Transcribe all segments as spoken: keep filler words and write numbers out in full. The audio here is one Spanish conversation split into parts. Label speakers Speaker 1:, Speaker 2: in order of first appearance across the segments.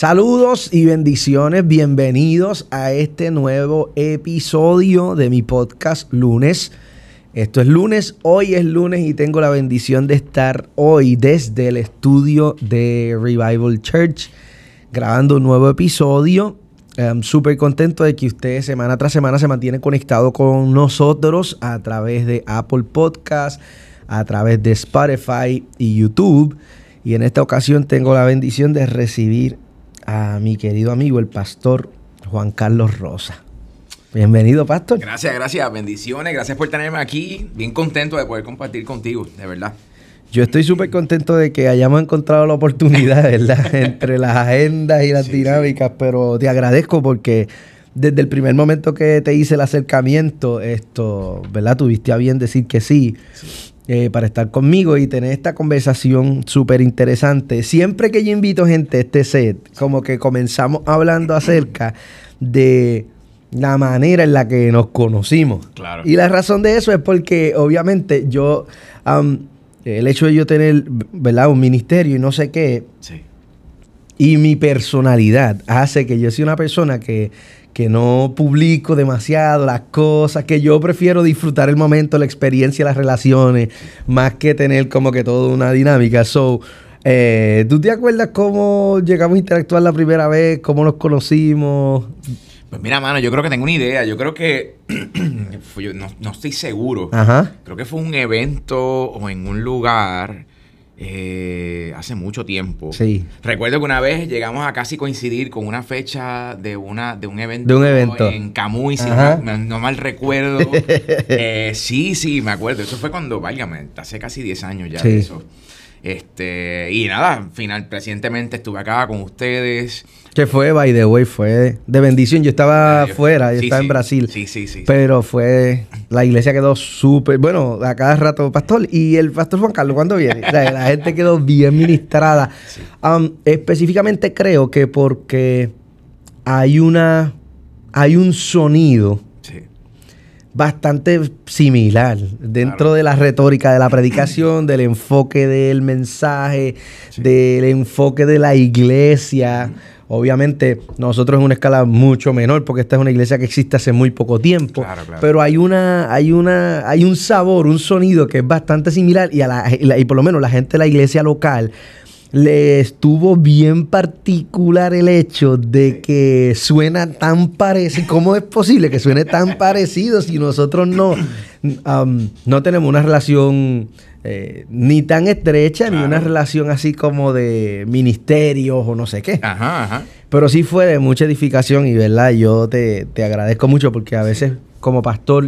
Speaker 1: Saludos y bendiciones, bienvenidos a este nuevo episodio de mi podcast Lunes. Esto es lunes, hoy es lunes y tengo la bendición de estar hoy desde el estudio de Revival Church grabando un nuevo episodio. Um, Súper contento de que usted semana tras semana se mantiene conectado con nosotros a través de Apple Podcast, a través de Spotify y YouTube. Y en esta ocasión tengo la bendición de recibir a mi querido amigo, el pastor Juan Carlos Rosa. Bienvenido, pastor.
Speaker 2: Gracias, gracias. Bendiciones. Gracias por tenerme aquí. Bien contento de poder compartir contigo, de verdad.
Speaker 1: Yo estoy súper contento de que hayamos encontrado la oportunidad, ¿verdad? Entre las agendas y las sí, dinámicas, sí. Pero te agradezco porque desde el primer momento que te hice el acercamiento, esto, ¿verdad? Tuviste a bien decir que sí. sí. Eh, para estar conmigo y tener esta conversación súper interesante. Siempre que yo invito gente a este set, como que comenzamos hablando acerca de la manera en la que nos conocimos.
Speaker 2: Claro.
Speaker 1: Y la razón de eso es porque, obviamente, yo, um, el hecho de yo tener, ¿verdad?, un ministerio y no sé qué,
Speaker 2: sí.
Speaker 1: y mi personalidad hace que yo sea una persona que que no publico demasiado las cosas, que yo prefiero disfrutar el momento, la experiencia, las relaciones, más que tener como que toda una dinámica. So, eh, ¿tú te acuerdas cómo llegamos a interactuar la primera vez? ¿Cómo nos conocimos?
Speaker 2: Pues mira, mano, yo creo que tengo una idea. Yo creo que... no, no estoy seguro.
Speaker 1: Ajá.
Speaker 2: Creo que fue un evento o en un lugar... Eh, hace mucho tiempo.
Speaker 1: Sí.
Speaker 2: Recuerdo que una vez llegamos a casi coincidir con una fecha de una de un evento,
Speaker 1: de un evento.
Speaker 2: en Camuy, si no, no mal recuerdo. eh, sí, sí, me acuerdo. Eso fue cuando, válgame, hace casi diez años ya
Speaker 1: sí.
Speaker 2: de eso. Este, y nada, final, recientemente estuve acá con ustedes.
Speaker 1: Que fue, by the way, fue de bendición. Yo estaba afuera, yo
Speaker 2: sí,
Speaker 1: estaba
Speaker 2: sí.
Speaker 1: en Brasil.
Speaker 2: Sí, sí, sí.
Speaker 1: Pero fue, la iglesia quedó súper, bueno, a cada rato, pastor. Y el pastor Juan Carlos, ¿cuándo viene? O sea, la gente quedó bien ministrada. Sí. Um, específicamente creo que porque hay una, hay un sonido bastante similar dentro claro. de la retórica de la predicación, del enfoque del mensaje, sí. del enfoque de la iglesia. Mm. Obviamente, nosotros en una escala mucho menor, porque esta es una iglesia que existe hace muy poco tiempo.
Speaker 2: Claro, claro.
Speaker 1: Pero hay una, hay una, hay un sabor, un sonido que es bastante similar, y, a la, y, la, y por lo menos la gente de la iglesia local le estuvo bien particular el hecho de que suena tan parecido. ¿Cómo es posible que suene tan parecido si nosotros no, um, no tenemos una relación eh, ni tan estrecha, claro. ni una relación así como de ministerios o no sé qué?
Speaker 2: Ajá, ajá.
Speaker 1: Pero sí fue de mucha edificación y, ¿verdad? Yo te, te agradezco mucho porque a veces como pastor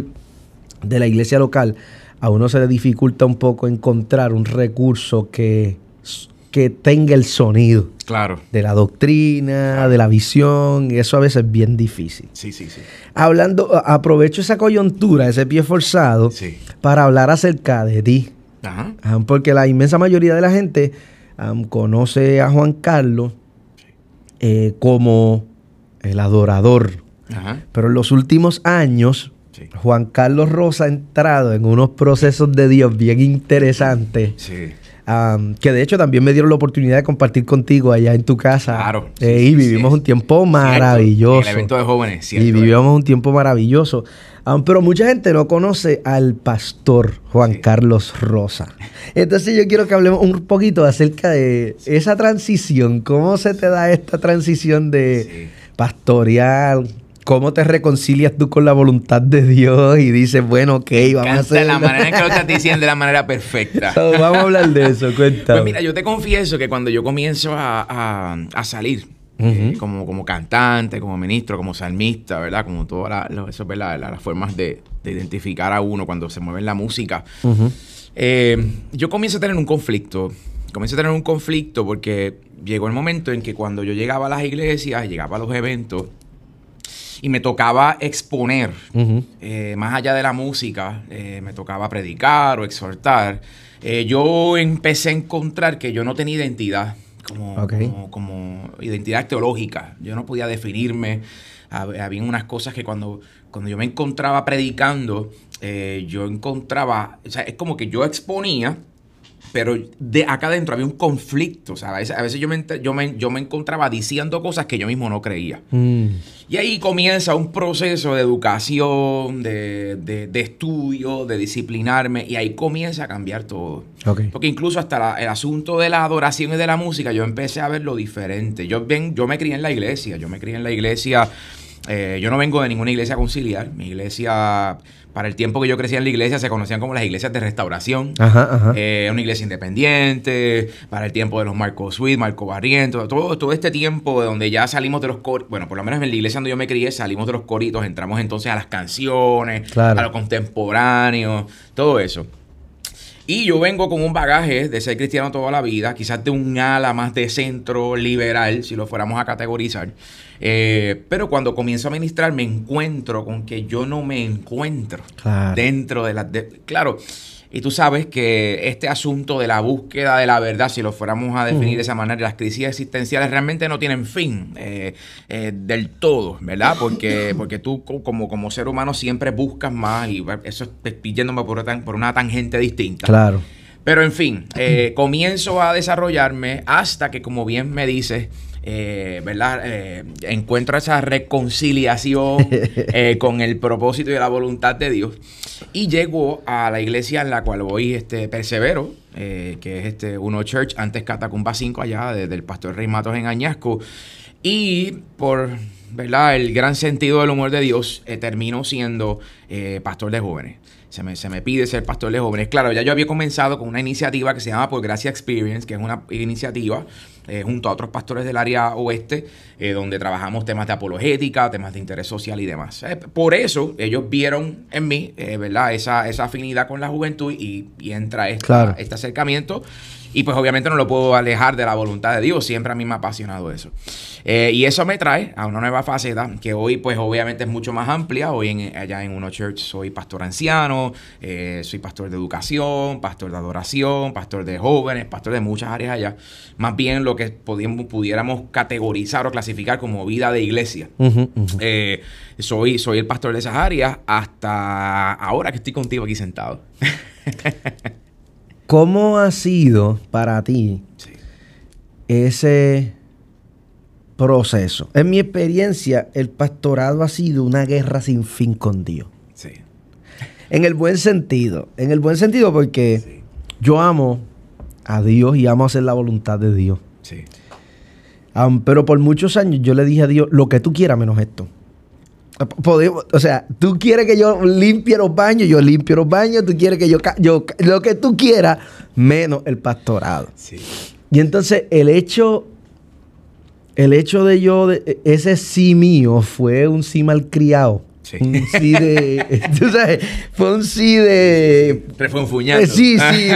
Speaker 1: de la iglesia local a uno se le dificulta un poco encontrar un recurso que... que tenga el sonido
Speaker 2: claro.
Speaker 1: de la doctrina, claro. de la visión, y eso a veces es bien difícil.
Speaker 2: Sí, sí, sí.
Speaker 1: Hablando, aprovecho esa coyuntura, ese pie forzado,
Speaker 2: sí.
Speaker 1: para hablar acerca de ti.
Speaker 2: Ajá.
Speaker 1: Um, porque la inmensa mayoría de la gente um, conoce a Juan Carlos sí. eh, como el adorador.
Speaker 2: Ajá.
Speaker 1: Pero en los últimos años, sí. Juan Carlos Rosa ha entrado en unos procesos de Dios bien interesantes.
Speaker 2: Sí.
Speaker 1: Um, que de hecho también me dieron la oportunidad de compartir contigo allá en tu casa.
Speaker 2: Claro.
Speaker 1: Eh,
Speaker 2: sí,
Speaker 1: y
Speaker 2: sí,
Speaker 1: vivimos
Speaker 2: sí.
Speaker 1: un tiempo maravilloso.
Speaker 2: En el evento de jóvenes, cierto.
Speaker 1: Y vivimos un tiempo maravilloso. Um, pero mucha gente no conoce al pastor Juan sí. Carlos Rosa. Entonces yo quiero que hablemos un poquito acerca de sí. esa transición. ¿Cómo se te da esta transición de sí. pastorear? ¿Cómo te reconcilias tú con la voluntad de Dios y dices, bueno, ok,
Speaker 2: Me
Speaker 1: vamos a hacer...
Speaker 2: la manera en que lo estás diciendo de la manera perfecta.
Speaker 1: So, vamos a hablar de eso, cuéntame.
Speaker 2: Pues mira, yo te confieso que cuando yo comienzo a, a, a salir uh-huh. eh, como, como cantante, como ministro, como salmista, ¿verdad? Como todas la, lo, eso, ¿verdad? La, las formas de, de identificar a uno cuando se mueve en la música. Uh-huh. eh, yo comienzo a tener un conflicto. Comienzo a tener un conflicto porque llegó el momento en que cuando yo llegaba a las iglesias, llegaba a los eventos, y me tocaba exponer, uh-huh. eh, más allá de la música, eh, me tocaba predicar o exhortar. Eh, yo empecé a encontrar que yo no tenía identidad, como,
Speaker 1: okay.
Speaker 2: como, como identidad teológica. Yo no podía definirme. Había unas cosas que cuando, cuando yo me encontraba predicando, eh, yo encontraba, o sea, es como que yo exponía, pero de acá adentro había un conflicto. O sea, a veces, a veces yo, me, yo, me, yo me encontraba diciendo cosas que yo mismo no creía. Mm. Y ahí comienza un proceso de educación, de, de, de estudio, de disciplinarme. Y ahí comienza a cambiar todo. Okay. Porque incluso hasta la, el asunto de la adoración y de la música, yo empecé a verlo diferente. Yo, ven, yo me crié en la iglesia. Yo me crié en la iglesia... Eh, yo no vengo de ninguna iglesia conciliar. Mi iglesia, para el tiempo que yo crecía en la iglesia, se conocían como las iglesias de restauración. Ajá, ajá. Eh, una iglesia independiente. Para el tiempo de los Marco Sweet, Marco Barrientos. Todo, todo este tiempo de donde ya salimos de los coritos. Bueno, por lo menos en la iglesia donde yo me crié, salimos de los coritos. Entramos entonces a las canciones, claro, a lo contemporáneo, todo eso. Y yo vengo con un bagaje de ser cristiano toda la vida, quizás de un ala más de centro liberal, si lo fuéramos a categorizar. Eh, pero cuando comienzo a ministrar me encuentro con que yo no me encuentro claro. dentro de la... De, claro, y tú sabes que este asunto de la búsqueda de la verdad, si lo fuéramos a definir uh-huh. de esa manera, las crisis existenciales realmente no tienen fin eh, eh, del todo, ¿verdad? Porque, porque tú como, como ser humano siempre buscas más y eso estoy yéndome por, por una tangente distinta. Claro. Pero en fin, eh, comienzo a desarrollarme hasta que, como bien me dices, Eh, ¿verdad? Eh, encuentro esa reconciliación eh, con el propósito y la voluntad de Dios y llego a la iglesia en la cual voy este, persevero, eh, que es este Uno Church, antes Catacumba cinco allá, desde el pastor Rey Matos en Añasco, y por, ¿verdad?, el gran sentido del humor de Dios, eh, termino siendo eh, pastor de jóvenes. Se me, se me pide ser pastor de jóvenes. Claro, ya yo había comenzado con una iniciativa que se llama Por Gracia Experience, que es una iniciativa eh, junto a otros pastores del área oeste, eh, donde trabajamos temas de apologética, temas de interés social y demás. Eh, por eso ellos vieron en mí, eh, ¿verdad?, esa, esa afinidad con la juventud y, y entra esta, claro. este acercamiento. Y pues obviamente no lo puedo alejar de la voluntad de Dios. Siempre a mí me ha apasionado eso. Eh, y eso me trae a una nueva faceta que hoy pues obviamente es mucho más amplia. Hoy en, allá en Uno Church soy pastor anciano, eh, soy pastor de educación, pastor de adoración, pastor de jóvenes, pastor de muchas áreas allá. Más bien lo que podíamos, pudiéramos categorizar o clasificar como vida de iglesia. Uh-huh, uh-huh. Eh, soy, soy el pastor de esas áreas hasta ahora que estoy contigo aquí sentado.
Speaker 1: ¿Cómo ha sido para ti sí. ese proceso? En mi experiencia, el pastorado ha sido una guerra sin fin con Dios. Sí. En el buen sentido. En el buen sentido porque sí. yo amo a Dios y amo hacer la voluntad de Dios. Sí. Um, pero por muchos años yo le dije a Dios, lo que tú quieras menos esto. Podemos, o sea, tú quieres que yo limpie los baños, yo limpio los baños, tú quieres que yo, yo lo que tú quieras, menos el pastorado. Sí. Y entonces el hecho, el hecho de yo, de, ese sí mío fue un sí malcriado. Sí. Un sí de, tú sabes, fue un sí de...
Speaker 2: Refunfuñando.
Speaker 1: Sí, sí.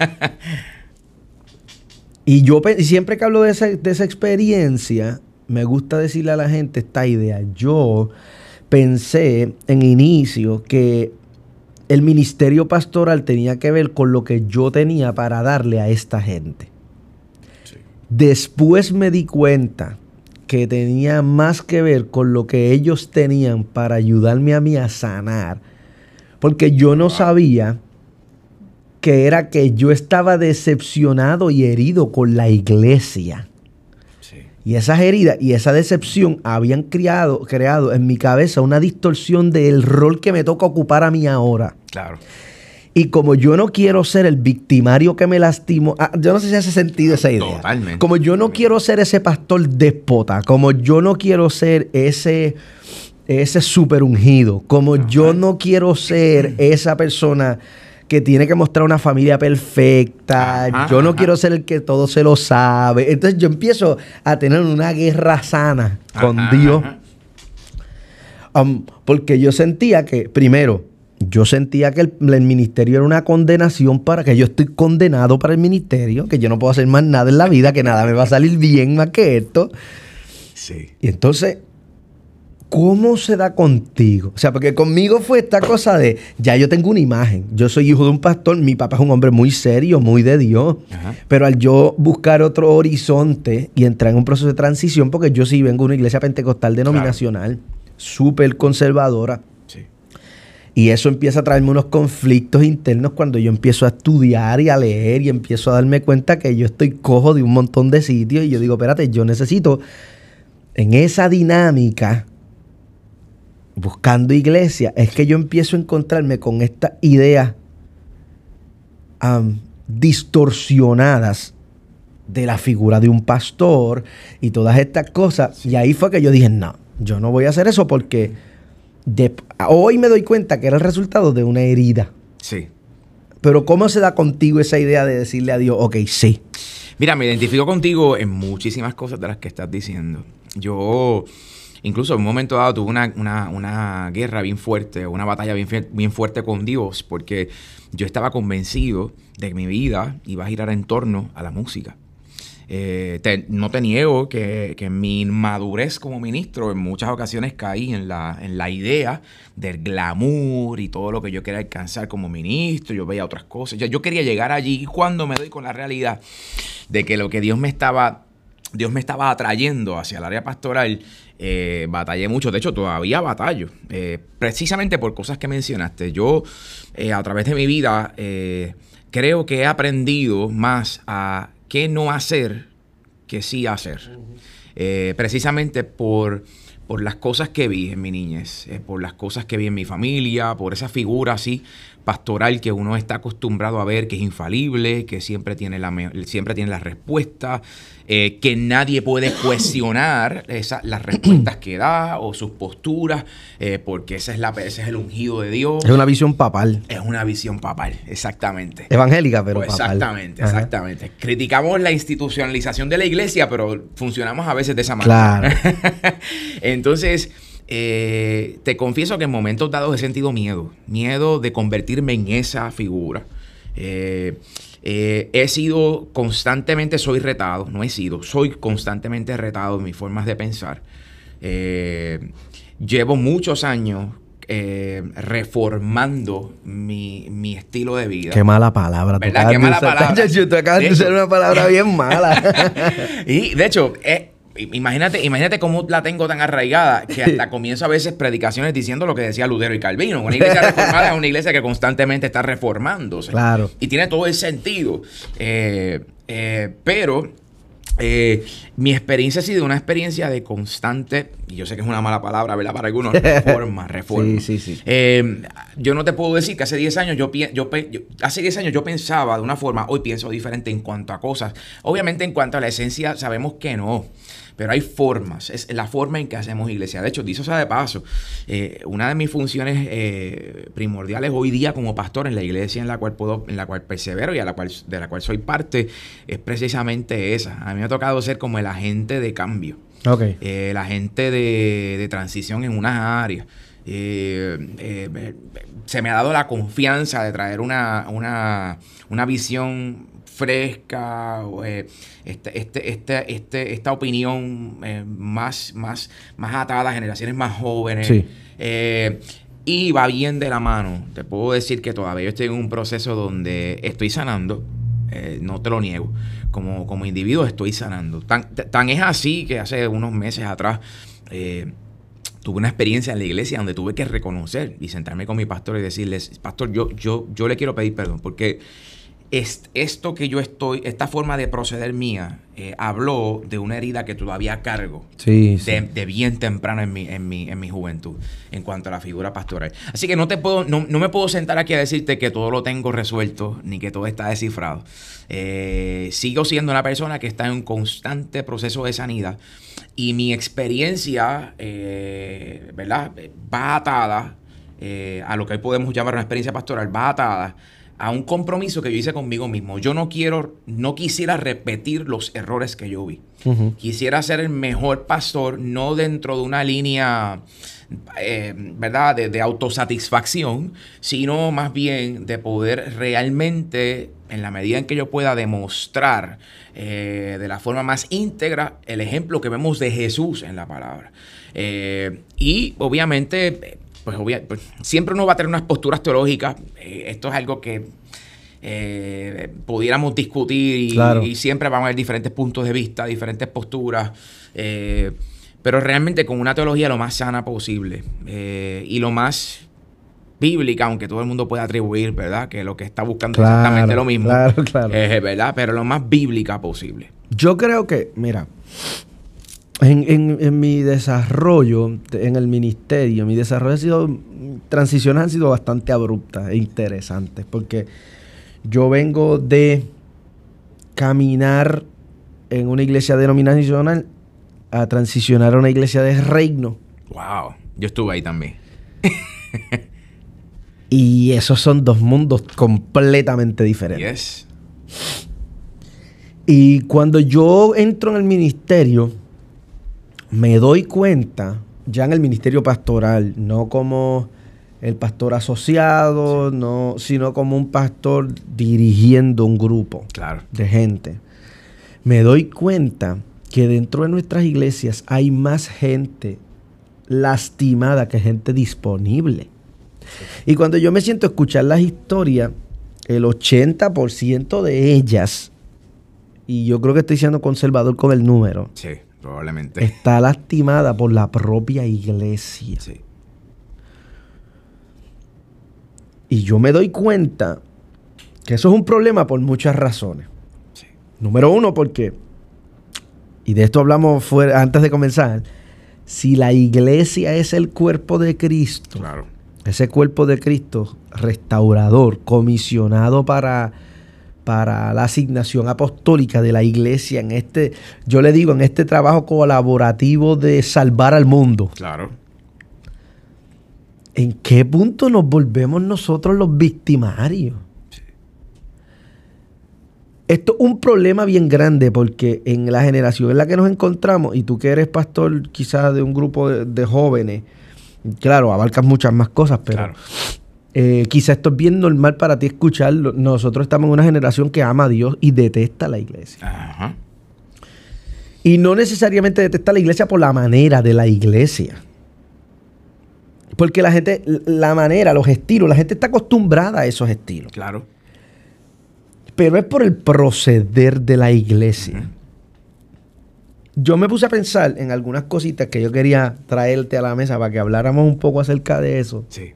Speaker 1: Y yo siempre que hablo de esa, de esa experiencia, me gusta decirle a la gente esta idea. Yo pensé en inicio que el ministerio pastoral tenía que ver con lo que yo tenía para darle a esta gente. Sí. Después me di cuenta que tenía más que ver con lo que ellos tenían para ayudarme a mí a sanar. Porque yo no wow. sabía que era que yo estaba decepcionado y herido con la iglesia. Y esas heridas y esa decepción habían creado, creado en mi cabeza una distorsión del rol que me toca ocupar a mí ahora. Claro. Y como yo no quiero ser el victimario que me lastimó, ah, yo no sé si hace sentido esa idea. Totalmente. Como yo no quiero ser ese pastor déspota, como yo no quiero ser ese, ese super ungido, como Ajá. yo no quiero ser esa persona que tiene que mostrar una familia perfecta. Ajá, yo no ajá. quiero ser el que todo se lo sabe. Entonces yo empiezo a tener una guerra sana con ajá, Dios. Um, porque yo sentía que, primero, yo sentía que el, el ministerio era una condenación para que yo estoy condenado para el ministerio, que yo no puedo hacer más nada en la vida, que nada me va a salir bien más que esto. Sí. Y entonces... ¿cómo se da contigo? O sea, porque conmigo fue esta cosa de, ya yo tengo una imagen. Yo soy hijo de un pastor, mi papá es un hombre muy serio, muy de Dios. Ajá. Pero al yo buscar otro horizonte y entrar en un proceso de transición, porque yo sí vengo de una iglesia pentecostal denominacional, claro. súper conservadora. Sí. Y eso empieza a traerme unos conflictos internos cuando yo empiezo a estudiar y a leer y empiezo a darme cuenta que yo estoy cojo de un montón de sitios y yo digo, espérate, yo necesito en esa dinámica, buscando iglesia, es que yo empiezo a encontrarme con estas ideas um, distorsionadas de la figura de un pastor y todas estas cosas. Sí. Y ahí fue que yo dije, no, yo no voy a hacer eso porque de, hoy me doy cuenta que era el resultado de una herida.
Speaker 2: Sí.
Speaker 1: Pero ¿cómo se da contigo esa idea de decirle a Dios, ok, sí?
Speaker 2: Mira, me identifico contigo en muchísimas cosas de las que estás diciendo. Yo, incluso en un momento dado, tuve una, una, una guerra bien fuerte, una batalla bien, bien fuerte con Dios, porque yo estaba convencido de que mi vida iba a girar en torno a la música. Eh, te, no te niego que, que en mi inmadurez como ministro en muchas ocasiones caí en la, en la idea del glamour y todo lo que yo quería alcanzar como ministro. Yo veía otras cosas. Yo, yo quería llegar allí y cuando me doy con la realidad de que lo que Dios me estaba, Dios me estaba atrayendo hacia el área pastoral, eh, batallé mucho. De hecho, todavía batallo. Eh, precisamente por cosas que mencionaste. Yo, eh, a través de mi vida, eh, creo que he aprendido más a qué no hacer que sí hacer. Uh-huh. eh, precisamente por, por las cosas que vi en mi niñez, eh, por las cosas que vi en mi familia, por esa figura así pastoral que uno está acostumbrado a ver, que es infalible, que siempre tiene la, siempre tiene la respuesta, eh, que nadie puede cuestionar esa, las respuestas que da o sus posturas, eh, porque esa es la, ese es el ungido de Dios.
Speaker 1: Es una visión papal.
Speaker 2: Es una visión papal, exactamente.
Speaker 1: Evangélica, pero
Speaker 2: pues
Speaker 1: papal.
Speaker 2: Exactamente, Ajá. exactamente. Criticamos la institucionalización de la iglesia, pero funcionamos a veces de esa manera.
Speaker 1: Claro.
Speaker 2: Entonces, eh, te confieso que en momentos dados he sentido miedo. Miedo de convertirme en esa figura. Eh, eh, he sido constantemente, soy retado, no he sido, soy constantemente retado en mis formas de pensar. Eh, llevo muchos años eh, reformando mi, mi estilo de vida.
Speaker 1: Qué mala palabra.
Speaker 2: ¿Verdad? Qué mala palabra.
Speaker 1: Tú acabas de usar una palabra bien mala.
Speaker 2: Y de hecho, eh, Imagínate, imagínate cómo la tengo tan arraigada que hasta comienzo a veces predicaciones diciendo lo que decía Lutero y Calvino. Una iglesia reformada es una iglesia que constantemente está reformándose.
Speaker 1: Claro.
Speaker 2: Y tiene todo el sentido. Eh, eh, pero eh, mi experiencia ha sido una experiencia de constante, y yo sé que es una mala palabra, ¿verdad? Para algunos, reforma, reforma.
Speaker 1: Sí, sí, sí.
Speaker 2: Eh, yo no te puedo decir que hace diez años yo, yo, yo, hace diez años yo pensaba de una forma, hoy pienso diferente en cuanto a cosas. Obviamente en cuanto a la esencia sabemos que no. Pero hay formas, es la forma en que hacemos iglesia. De hecho, dicho sea de paso, eh, una de mis funciones eh, primordiales hoy día como pastor en la iglesia en la cual puedo, en la cual persevero y a la cual, de la cual soy parte, es precisamente esa. A mí me ha tocado ser como el agente de cambio.
Speaker 1: Okay.
Speaker 2: Eh, el agente de, de transición en unas áreas. Eh, eh, se me ha dado la confianza de traer una, una, una visión fresca, eh, este, este, este, este, esta opinión eh, más, más, más atada a generaciones más jóvenes.
Speaker 1: Sí.
Speaker 2: Eh, y va bien de la mano. Te puedo decir que todavía yo estoy en un proceso donde estoy sanando, eh, no te lo niego. Como, como individuo estoy sanando. Tan, tan es así que hace unos meses atrás eh, tuve una experiencia en la iglesia donde tuve que reconocer y sentarme con mi pastor y decirles, pastor, yo, yo, yo le quiero pedir perdón porque Es, esto que yo estoy, esta forma de proceder mía, eh, habló de una herida que todavía cargo
Speaker 1: sí, sí.
Speaker 2: De, de bien temprano en mi, en, mi, en mi juventud, en cuanto a la figura pastoral. Así que no te puedo, no, no me puedo sentar aquí a decirte que todo lo tengo resuelto, ni que todo está descifrado. Eh, sigo siendo una persona que está en un constante proceso de sanidad y mi experiencia, eh, ¿verdad? Va atada eh, a lo que hoy podemos llamar una experiencia pastoral, va atada a un compromiso que yo hice conmigo mismo. Yo no quiero, no quisiera repetir los errores que yo vi. Uh-huh. Quisiera ser el mejor pastor, no dentro de una línea, eh, ¿verdad?, de, de autosatisfacción, sino más bien de poder realmente, en la medida en que yo pueda demostrar eh, de la forma más íntegra el ejemplo que vemos de Jesús en la palabra. Eh, y obviamente Pues, obvia, pues siempre uno va a tener unas posturas teológicas. Eh, esto es algo que eh, pudiéramos discutir y,
Speaker 1: claro.
Speaker 2: y siempre van a haber diferentes puntos de vista, diferentes posturas, eh, pero realmente con una teología lo más sana posible eh, y lo más bíblica, aunque todo el mundo pueda atribuir, ¿verdad? Que lo que está buscando
Speaker 1: Claro,
Speaker 2: es exactamente lo mismo.
Speaker 1: claro, claro.
Speaker 2: Eh, ¿verdad? Pero lo más bíblica posible.
Speaker 1: Yo creo que, mira, en, en, en mi desarrollo, en el ministerio, mi desarrollo ha sido, transiciones han sido bastante abruptas e interesantes, porque yo vengo de caminar en una iglesia denominacional a transicionar a una iglesia de reino.
Speaker 2: Wow, yo estuve ahí también.
Speaker 1: Y esos son dos mundos completamente diferentes.
Speaker 2: Yes.
Speaker 1: Y cuando yo entro en el ministerio, me doy cuenta, ya en el ministerio pastoral, no como el pastor asociado, no, sino como un pastor dirigiendo un grupo
Speaker 2: Claro.
Speaker 1: de gente. Me doy cuenta que dentro de nuestras iglesias hay más gente lastimada que gente disponible. Y cuando yo me siento a escuchar las historias, el ochenta por ciento de ellas, y yo creo que estoy siendo conservador con el número,
Speaker 2: Sí, probablemente.
Speaker 1: está lastimada por la propia iglesia.
Speaker 2: Sí.
Speaker 1: Y yo me doy cuenta que eso es un problema por muchas razones.
Speaker 2: Sí.
Speaker 1: Número uno, porque, y de esto hablamos fuera, antes de comenzar, si la iglesia es el cuerpo de Cristo,
Speaker 2: Claro.
Speaker 1: ese cuerpo de Cristo restaurador, comisionado para, para la asignación apostólica de la iglesia en este, yo le digo, en este trabajo colaborativo de salvar al mundo.
Speaker 2: Claro.
Speaker 1: ¿En qué punto nos volvemos nosotros los victimarios?
Speaker 2: Sí.
Speaker 1: Esto es un problema bien grande porque en la generación en la que nos encontramos, y tú que eres pastor quizás de un grupo de, de jóvenes, claro, abarcas muchas más cosas, pero
Speaker 2: Claro.
Speaker 1: eh, quizás esto es bien normal para ti escucharlo. Nosotros estamos en una generación que ama a Dios y detesta a la iglesia.
Speaker 2: Ajá.
Speaker 1: Y no necesariamente detesta a la iglesia por la manera de la iglesia. Porque la gente, la manera, los estilos, la gente está acostumbrada a esos estilos.
Speaker 2: Claro.
Speaker 1: Pero es por el proceder de la iglesia.
Speaker 2: Uh-huh.
Speaker 1: Yo me puse a pensar en algunas cositas que yo quería traerte a la mesa para que habláramos un poco acerca de eso.
Speaker 2: Sí.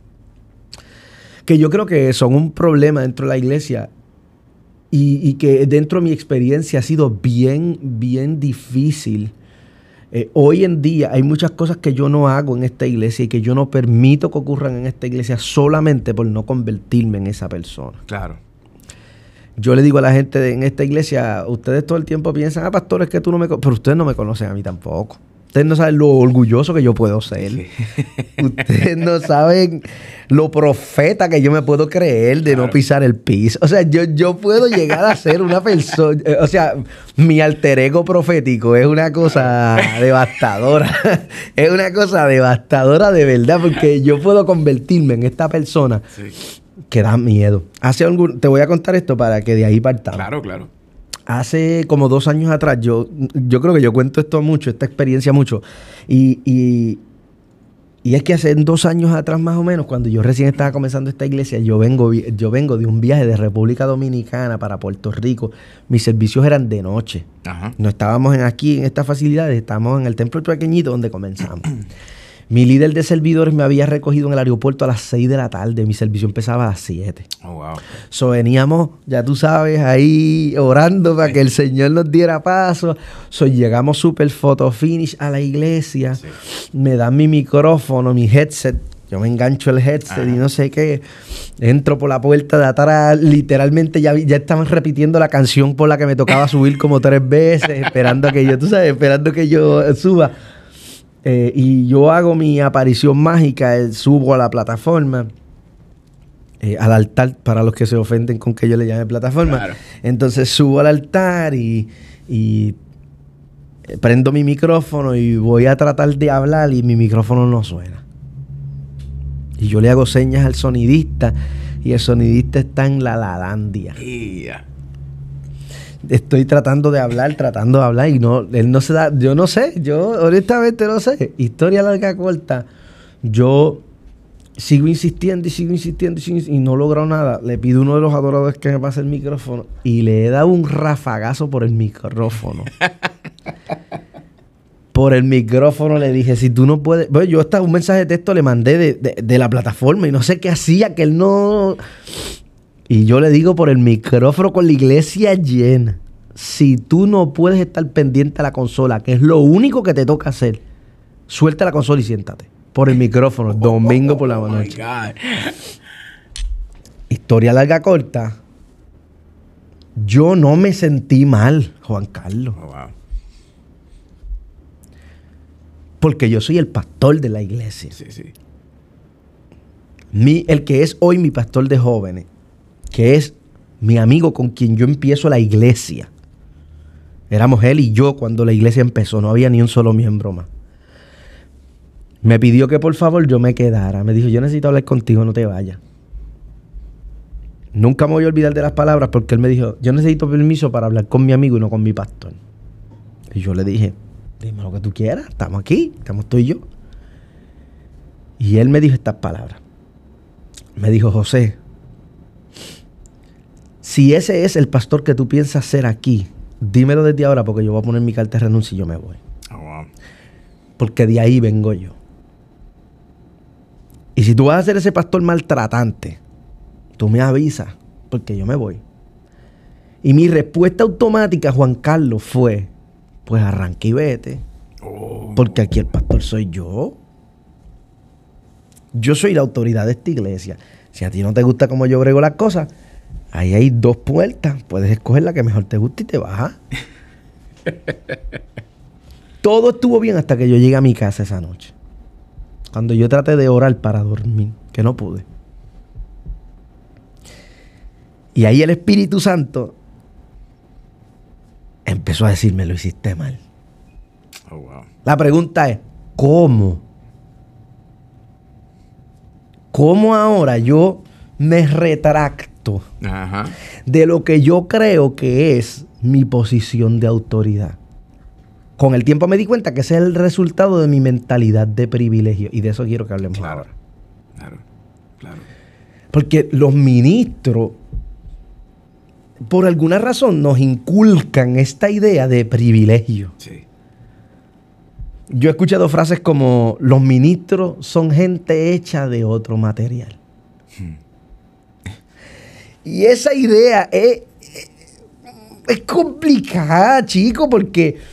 Speaker 1: Que yo creo que son un problema dentro de la iglesia y, y que dentro de mi experiencia ha sido bien, bien difícil. Eh, hoy en día hay muchas cosas que yo no hago en esta iglesia y que yo no permito que ocurran en esta iglesia solamente por no convertirme en esa persona.
Speaker 2: Claro.
Speaker 1: Yo le digo a la gente de, en esta iglesia, ustedes todo el tiempo piensan, ah, pastor, es que tú no me conoces, pero ustedes no me conocen a mí tampoco. Ustedes no saben lo orgulloso que yo puedo ser.
Speaker 2: Sí.
Speaker 1: Ustedes no saben lo profeta que yo me puedo creer de
Speaker 2: Claro.
Speaker 1: no pisar el piso. O sea, yo, yo puedo llegar a ser una persona... eh, O sea, mi alter ego profético es una cosa devastadora. Es una cosa devastadora de verdad, porque yo puedo convertirme en esta persona
Speaker 2: Sí.
Speaker 1: que da miedo. Hace algún... Te voy a contar esto para que de ahí partamos.
Speaker 2: Claro, claro.
Speaker 1: Hace como dos años atrás, yo, yo creo que yo cuento esto mucho, esta experiencia mucho. Y, y, y es que hace dos años atrás más o menos, cuando yo recién estaba comenzando esta iglesia, yo vengo, yo vengo de un viaje de República Dominicana para Puerto Rico. Mis servicios eran de noche.
Speaker 2: Ajá.
Speaker 1: No estábamos en, aquí en estas facilidades, estábamos en el templo pequeñito donde comenzamos. Mi líder de servidores me había recogido en el aeropuerto a las seis de la tarde. Mi servicio empezaba a las siete.
Speaker 2: Oh, wow.
Speaker 1: So, veníamos, ya tú sabes, ahí orando para que el Señor nos diera paso. So, llegamos super photo finish a la iglesia.
Speaker 2: Sí.
Speaker 1: Me dan mi micrófono, mi headset. Yo me engancho el headset
Speaker 2: Ajá.
Speaker 1: y no sé qué. Entro por la puerta de atrás. Literalmente ya, vi- ya estaban repitiendo la canción por la que me tocaba subir como tres veces. Esperando a que yo, tú sabes, esperando que yo eh, suba. Eh, y yo hago mi aparición mágica, eh, subo a la plataforma, eh, al altar, para los que se ofenden con que yo le llame plataforma.
Speaker 2: Claro.
Speaker 1: Entonces subo al altar y, y eh, prendo mi micrófono y voy a tratar de hablar y mi micrófono no suena. Y yo le hago señas al sonidista y el sonidista está en la Lalandia.
Speaker 2: Yeah.
Speaker 1: Estoy tratando de hablar, tratando de hablar y no, él no se da, yo no sé, yo honestamente no sé. Historia larga corta, yo sigo insistiendo y sigo insistiendo y, sigo insistiendo, y no logro nada. Le pido a uno de los adoradores que me pase el micrófono y le he dado un rafagazo por el micrófono. Por el micrófono le dije, si tú no puedes... Bueno, yo hasta un mensaje de texto le mandé de, de, de la plataforma y no sé qué hacía, que él no... Y yo le digo por el micrófono con la iglesia llena, si tú no puedes estar pendiente a la consola, que es lo único que te toca hacer, suelta la consola y siéntate. Por el micrófono, domingo por la noche. Oh, historia larga corta. Yo no me sentí mal, Juan Carlos. Oh, wow. Porque yo soy el pastor de la iglesia. Sí, sí. Mi, el que es hoy mi pastor de jóvenes, que es mi amigo con quien yo empiezo la iglesia. Éramos él y yo cuando la iglesia empezó. No había ni un solo miembro más. Me pidió que por favor yo me quedara. Me dijo, yo necesito hablar contigo, no te vayas. Nunca me voy a olvidar de las palabras porque él me dijo, yo necesito permiso para hablar con mi amigo y no con mi pastor. Y yo le dije, dime lo que tú quieras, estamos aquí, estamos tú y yo. Y él me dijo estas palabras. Me dijo, José, si ese es el pastor que tú piensas ser aquí, dímelo desde ahora porque yo voy a poner mi carta de renuncia y yo me voy. Oh, wow. Porque de ahí vengo yo. Y si tú vas a ser ese pastor maltratante, tú me avisas porque yo me voy. Y mi respuesta automática, Juan Carlos, fue, pues arranca y vete. Oh. Porque aquí el pastor soy yo. Yo soy la autoridad de esta iglesia. Si a ti no te gusta cómo yo brego las cosas, ahí hay dos puertas. Puedes escoger la que mejor te guste y te bajas. Todo estuvo bien hasta que yo llegué a mi casa esa noche. Cuando yo traté de orar para dormir, que no pude. Y ahí el Espíritu Santo empezó a decirme, lo hiciste mal. Oh, wow. La pregunta es, ¿cómo? ¿Cómo ahora yo me retracto Ajá. de lo que yo creo que es mi posición de autoridad? Con el tiempo me di cuenta que ese es el resultado de mi mentalidad de privilegio. Y de eso quiero que hablemos
Speaker 2: claro,
Speaker 1: ahora.
Speaker 2: Claro, claro.
Speaker 1: Porque los ministros, por alguna razón, nos inculcan esta idea de privilegio. Sí. Yo he escuchado frases como, los ministros son gente hecha de otro material. Hmm. Y esa idea es, es complicada, chico, porque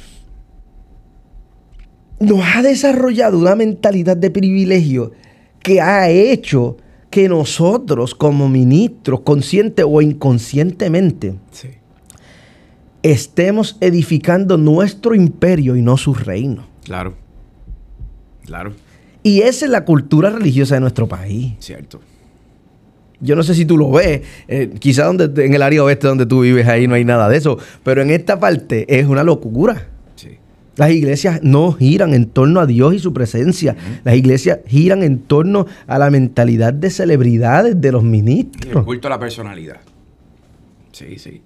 Speaker 1: nos ha desarrollado una mentalidad de privilegio que ha hecho que nosotros como ministros, consciente o inconscientemente, sí. estemos edificando nuestro imperio y no su reino.
Speaker 2: Claro, claro.
Speaker 1: Y esa es la cultura religiosa de nuestro país.
Speaker 2: Cierto.
Speaker 1: Yo no sé si tú lo ves, eh, quizá donde, en el área oeste donde tú vives ahí no hay nada de eso, pero en esta parte es una locura. Sí. Las iglesias no giran en torno a Dios y su presencia. Uh-huh. Las iglesias giran en torno a la mentalidad de celebridades de los ministros.
Speaker 2: El culto a la personalidad. Sí, sí.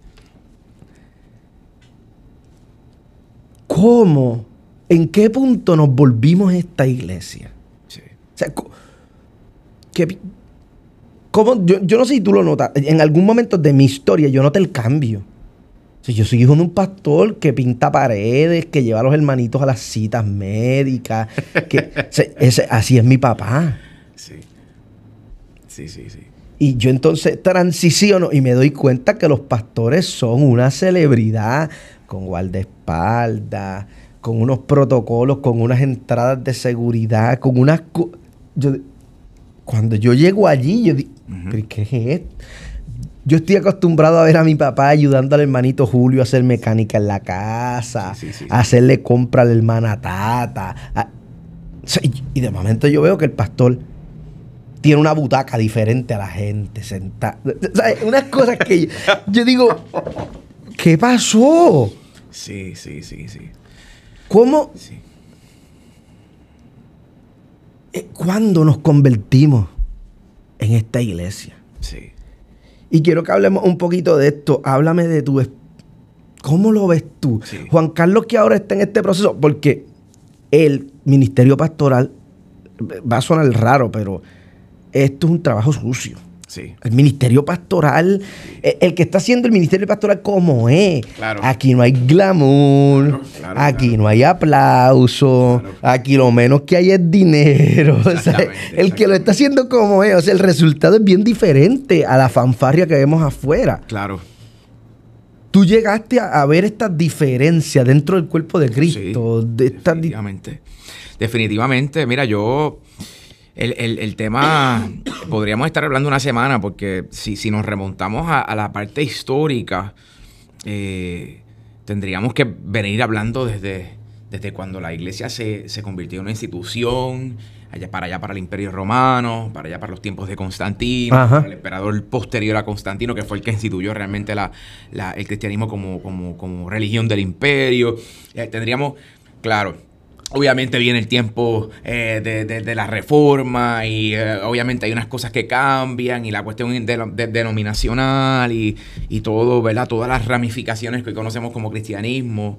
Speaker 1: ¿Cómo? ¿En qué punto nos volvimos esta iglesia? Sí. O sea, ¿qué, cómo, yo, yo no sé si tú lo notas. En algún momento de mi historia yo noté el cambio. O sea, yo soy hijo de un pastor que pinta paredes, que lleva a los hermanitos a las citas médicas. Que, o sea, ese, así es mi papá.
Speaker 2: Sí. Sí, sí, sí.
Speaker 1: Y yo entonces transiciono y me doy cuenta que los pastores son una celebridad con guardaespaldas, con unos protocolos, con unas entradas de seguridad, con unas... Co- yo, cuando yo llego allí, yo digo, uh-huh. ¿pero qué es esto? Yo estoy acostumbrado a ver a mi papá ayudando al hermanito Julio a hacer mecánica en la casa, sí, sí, sí, a hacerle compra a la hermana Tata. A, o sea, y, y de momento yo veo que el pastor tiene una butaca diferente a la gente sentada. O sea, unas cosas que yo, yo digo, ¿qué pasó?
Speaker 2: Sí, sí, sí, sí.
Speaker 1: ¿Cómo?
Speaker 2: Sí.
Speaker 1: ¿Cuándo nos convertimos en esta iglesia?
Speaker 2: Sí.
Speaker 1: Y quiero que hablemos un poquito de esto. Háblame de tu... ¿Cómo lo ves tú? Sí. Juan Carlos, que ahora está en este proceso, porque el ministerio pastoral, va a sonar raro, pero esto es un trabajo sucio.
Speaker 2: Sí.
Speaker 1: El ministerio pastoral, el, el que está haciendo el ministerio pastoral como es.
Speaker 2: Claro.
Speaker 1: Aquí no hay glamour,
Speaker 2: Claro, claro,
Speaker 1: aquí
Speaker 2: claro.
Speaker 1: no hay aplauso,
Speaker 2: Claro.
Speaker 1: aquí lo menos que hay es dinero. O sea,
Speaker 2: Exactamente,
Speaker 1: el que lo está haciendo como es, o sea, el resultado es bien diferente a la fanfarria que vemos afuera.
Speaker 2: Claro.
Speaker 1: Tú llegaste a, a ver estas diferencias dentro del cuerpo de Cristo.
Speaker 2: Sí,
Speaker 1: de estas di-
Speaker 2: definitivamente. Definitivamente. Mira, yo... El, el, el tema... Podríamos estar hablando una semana porque si, si nos remontamos a, a la parte histórica, eh, tendríamos que venir hablando desde, desde cuando la iglesia se, se convirtió en una institución, allá para allá para el Imperio Romano, para allá para los tiempos de Constantino,
Speaker 1: Ajá.
Speaker 2: para el emperador posterior a Constantino, que fue el que instituyó realmente la, la, el cristianismo como, como, como religión del imperio. Eh, tendríamos, claro, obviamente viene el tiempo eh, de, de, de la reforma y eh, obviamente hay unas cosas que cambian y la cuestión de, de, denominacional y, y todo, ¿verdad? Todas las ramificaciones que hoy conocemos como cristianismo.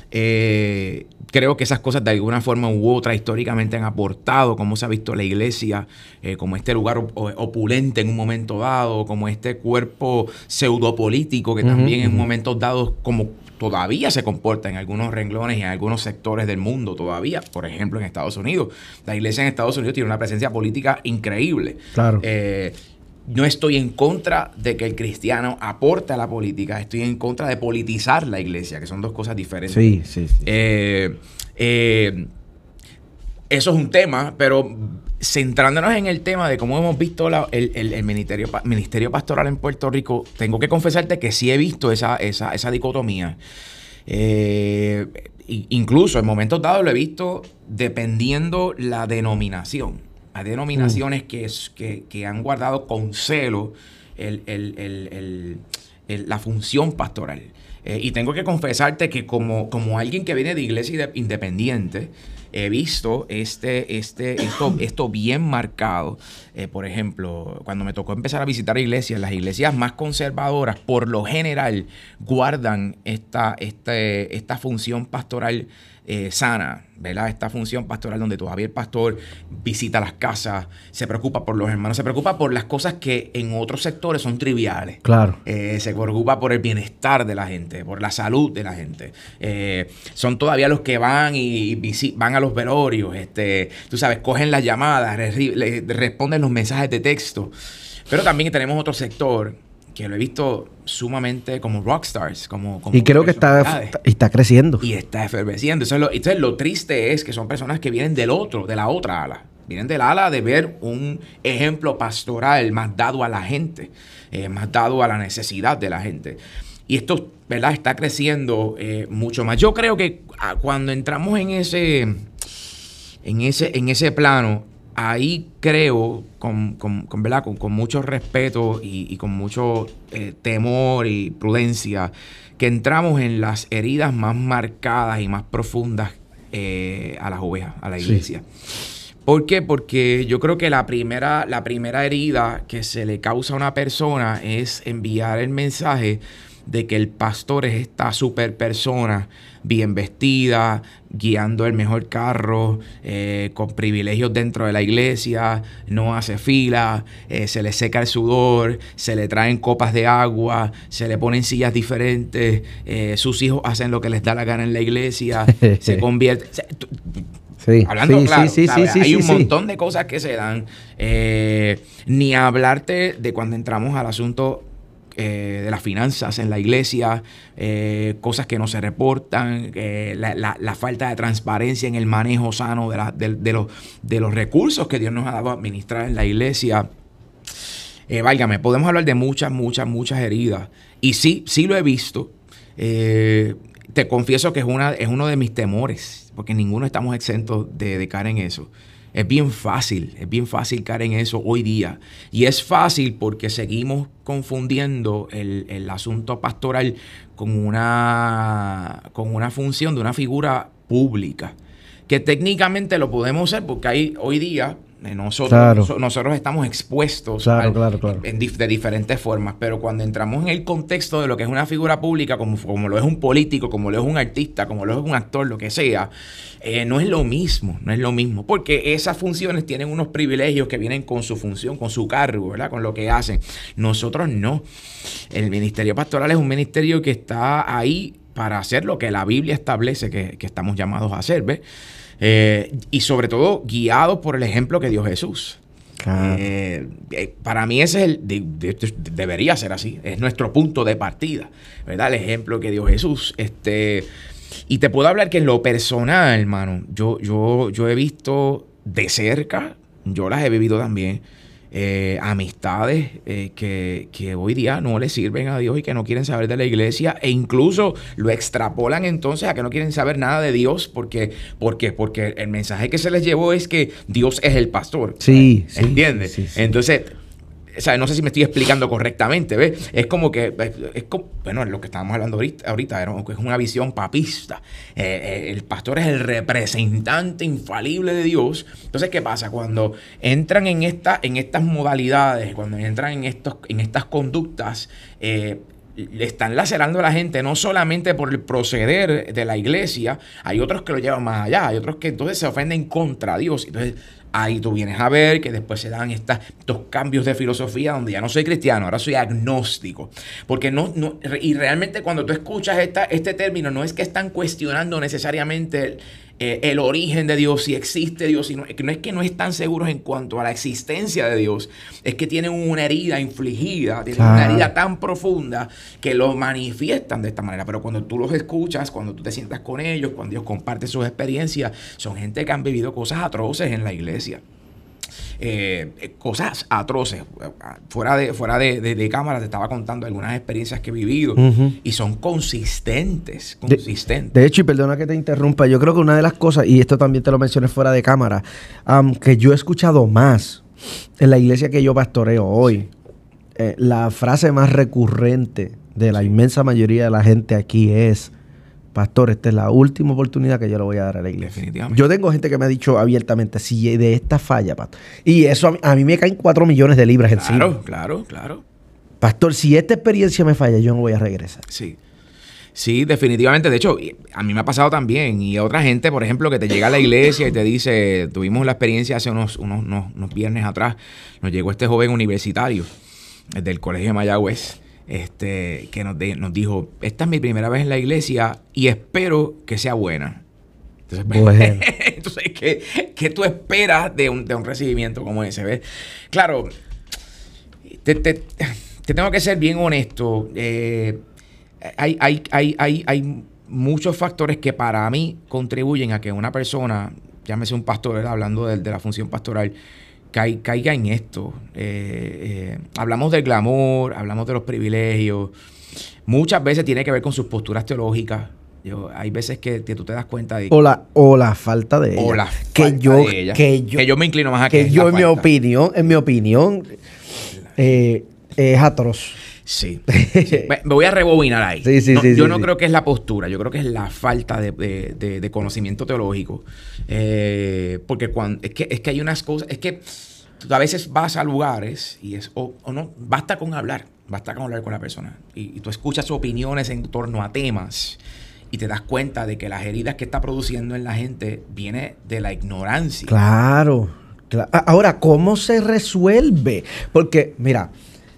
Speaker 2: Eh, creo que esas cosas de alguna forma u otra históricamente han aportado cómo se ha visto la iglesia eh, como este lugar op opulente en un momento dado, como este cuerpo pseudopolítico que uh-huh, también uh-huh. en momentos dados como todavía se comporta en algunos renglones y en algunos sectores del mundo todavía. Por ejemplo, en Estados Unidos. La iglesia en Estados Unidos tiene una presencia política increíble.
Speaker 1: Claro.
Speaker 2: Eh, no estoy en contra de que el cristiano aporte a la política. Estoy en contra de politizar la iglesia, que son dos cosas diferentes.
Speaker 1: Sí, sí, sí.
Speaker 2: Eh, eh, eso es un tema, pero centrándonos en el tema de cómo hemos visto la, el, el, el ministerio, ministerio pastoral en Puerto Rico, tengo que confesarte que sí he visto esa, esa, esa dicotomía. Eh, incluso en momentos dados lo he visto dependiendo la denominación. Hay denominaciones mm. que, que, que han guardado con celo el, el, el, el, el, la función pastoral. Eh, y tengo que confesarte que como, como alguien que viene de iglesia independiente, he visto este, este, esto, esto bien marcado. Eh, por ejemplo, cuando me tocó empezar a visitar iglesias, las iglesias más conservadoras, por lo general, guardan esta, este, esta función pastoral eh, sana, ¿verdad? Esta función pastoral donde todavía el pastor visita las casas, se preocupa por los hermanos, se preocupa por las cosas que en otros sectores son triviales.
Speaker 1: Claro.
Speaker 2: Eh, se preocupa por el bienestar de la gente, por la salud de la gente. Eh, son todavía los que van y, y van a los velorios, este, tú sabes, cogen las llamadas, re, re, responden los mensajes de texto. Pero también tenemos otro sector que lo he visto sumamente como rockstars, como, como
Speaker 1: y creo que está, está creciendo.
Speaker 2: Y está efervesciendo. Entonces lo, entonces lo triste es que son personas que vienen del otro, de la otra ala. Vienen del ala de ver un ejemplo pastoral más dado a la gente, eh, más dado a la necesidad de la gente. Y esto, ¿verdad? Está creciendo eh, mucho más. Yo creo que cuando entramos en ese, en ese, en ese plano, ahí creo, con, con, con, ¿verdad? con, con mucho respeto y, y con mucho eh, temor y prudencia, que entramos en las heridas más marcadas y más profundas eh, a las ovejas, a la iglesia. Sí. ¿Por qué? Porque yo creo que la primera, la primera herida que se le causa a una persona es enviar el mensaje de que el pastor es esta super persona bien vestida, guiando el mejor carro, eh, con privilegios dentro de la iglesia, no hace fila, eh, se le seca el sudor, se le traen copas de agua, se le ponen sillas diferentes, eh, sus hijos hacen lo que les da la gana en la iglesia, se convierte... Se,
Speaker 1: Sí,
Speaker 2: hablando
Speaker 1: sí,
Speaker 2: claro,
Speaker 1: sí, sí, sí,
Speaker 2: hay
Speaker 1: sí,
Speaker 2: un
Speaker 1: sí.
Speaker 2: montón de cosas que se dan. Eh, ni hablarte de cuando entramos al asunto eh, de las finanzas en la iglesia, eh, cosas que no se reportan, eh, la, la, la falta de transparencia en el manejo sano de, la, de, de, los, de los recursos que Dios nos ha dado a administrar en la iglesia. Eh, válgame, podemos hablar de muchas, muchas, muchas heridas. Y sí, sí lo he visto. Eh, te confieso que es, una, es uno de mis temores, porque ninguno estamos exentos de, de caer en eso. Es bien fácil, es bien fácil caer en eso hoy día. Y es fácil porque seguimos confundiendo el, el asunto pastoral con una, con una función de una figura pública. Que técnicamente lo podemos hacer porque hay hoy día Nosotros,
Speaker 1: claro.
Speaker 2: nosotros, nosotros estamos expuestos
Speaker 1: claro,
Speaker 2: al,
Speaker 1: claro, claro.
Speaker 2: En, de diferentes formas, pero cuando entramos en el contexto de lo que es una figura pública, como, como lo es un político, como lo es un artista, como lo es un actor, lo que sea, eh, no es lo mismo, no es lo mismo, porque esas funciones tienen unos privilegios que vienen con su función, con su cargo, ¿verdad? Con lo que hacen. Nosotros no. El ministerio pastoral es un ministerio que está ahí para hacer lo que la Biblia establece que, que estamos llamados a hacer, ¿ves? Eh, y sobre todo guiados por el ejemplo que dio Jesús. Claro. Eh, eh, para mí ese es el de, de, de, debería ser así, es nuestro punto de partida, ¿verdad? El ejemplo que dio Jesús. Este, y te puedo hablar que en lo personal, hermano, yo, yo, yo he visto de cerca, yo las he vivido también, Eh, amistades eh, que, que hoy día no le sirven a Dios y que no quieren saber de la iglesia, e incluso lo extrapolan entonces a que no quieren saber nada de Dios porque, porque, porque el mensaje que se les llevó es que Dios es el pastor.
Speaker 1: Sí, sí.
Speaker 2: ¿Entiendes?
Speaker 1: Sí, sí, sí.
Speaker 2: Entonces, o sea, no sé si me estoy explicando correctamente, ¿ves? Es como que, es como, bueno, lo que estábamos hablando ahorita, ahorita era, es una visión papista. Eh, eh, el pastor es el representante infalible de Dios. Entonces, ¿qué pasa? Cuando entran en, esta, en estas modalidades, cuando entran en, estos, en estas conductas, eh, le están lacerando a la gente no solamente por el proceder de la iglesia, hay otros que lo llevan más allá, hay otros que entonces se ofenden contra Dios. Entonces, ahí tú vienes a ver que después se dan estas, estos cambios de filosofía donde ya no soy cristiano, ahora soy agnóstico. Porque no, no y realmente cuando tú escuchas esta, este término, no es que están cuestionando necesariamente el, eh, el origen de Dios, si existe Dios, sino, no es que no están seguros en cuanto a la existencia de Dios, es que tienen una herida infligida, tienen ah. una herida tan profunda que lo manifiestan de esta manera. Pero cuando tú los escuchas, cuando tú te sientas con ellos, cuando ellos comparten sus experiencias, son gente que han vivido cosas atroces en la iglesia. Eh, cosas atroces. Fuera de, fuera de, de, de cámara te estaba contando algunas experiencias que he vivido uh-huh. y son consistentes, consistentes.
Speaker 1: De, de hecho, y perdona que te interrumpa, yo creo que una de las cosas, y esto también te lo mencioné fuera de cámara, um, que yo he escuchado más en la iglesia que yo pastoreo hoy, eh, la frase más recurrente de la inmensa mayoría de la gente aquí es: pastor, esta es la última oportunidad que yo le voy a dar a la iglesia.
Speaker 2: Definitivamente.
Speaker 1: Yo tengo gente que me ha dicho abiertamente, si de esta falla, pastor. Y eso a mí, a mí me caen cuatro millones de libras
Speaker 2: claro,
Speaker 1: encima.
Speaker 2: Claro, claro, claro.
Speaker 1: Pastor, si esta experiencia me falla, yo no voy a regresar.
Speaker 2: Sí. Sí, definitivamente. De hecho, a mí me ha pasado también. Y a otra gente, por ejemplo, que te llega a la iglesia y te dice, tuvimos la experiencia hace unos, unos, unos, unos viernes atrás, nos llegó este joven universitario del Colegio de Mayagüez, Este, que nos, de, nos dijo, esta es mi primera vez en la iglesia y espero que sea buena. Entonces, bueno. Entonces ¿qué, ¿qué tú esperas de un, de un recibimiento como ese? ¿Ves? Claro, te, te, te tengo que ser bien honesto. Eh, hay, hay, hay, hay, hay muchos factores que para mí contribuyen a que una persona, llámese un pastor, ¿verdad? Hablando de, de la función pastoral, caiga en esto. Eh, eh, hablamos del glamour, hablamos de los privilegios. Muchas veces tiene que ver con sus posturas teológicas. Yo, hay veces que, que tú te das cuenta de...
Speaker 1: O la, o la falta de ella.
Speaker 2: O la
Speaker 1: que
Speaker 2: falta
Speaker 1: yo,
Speaker 2: de ella.
Speaker 1: Que yo,
Speaker 2: que yo me inclino más a que,
Speaker 1: que yo, en mi opinión, en mi opinión, eh, es atroz.
Speaker 2: Sí. sí. Me voy a rebobinar ahí.
Speaker 1: Sí, sí,
Speaker 2: no,
Speaker 1: sí,
Speaker 2: yo
Speaker 1: sí,
Speaker 2: no
Speaker 1: sí.
Speaker 2: creo que es la postura, yo creo que es la falta de, de, de, de conocimiento teológico. Eh, porque cuando es que, es que hay unas cosas... Es que tú a veces vas a lugares y es... O, o no, basta con hablar. Basta con hablar con la persona. Y, y tú escuchas opiniones en torno a temas y te das cuenta de que las heridas que está produciendo en la gente viene de la ignorancia.
Speaker 1: Claro. claro. Ahora, ¿cómo se resuelve? Porque, mira...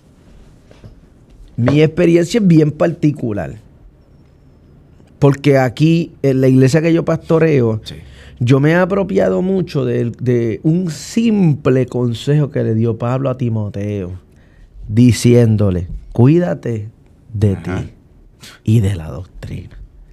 Speaker 1: Mi experiencia es bien particular. Porque aquí, en la iglesia que yo pastoreo, sí. yo me he apropiado mucho de, de un simple consejo que le dio Pablo a Timoteo, diciéndole, cuídate de Ajá. ti y de la doctrina.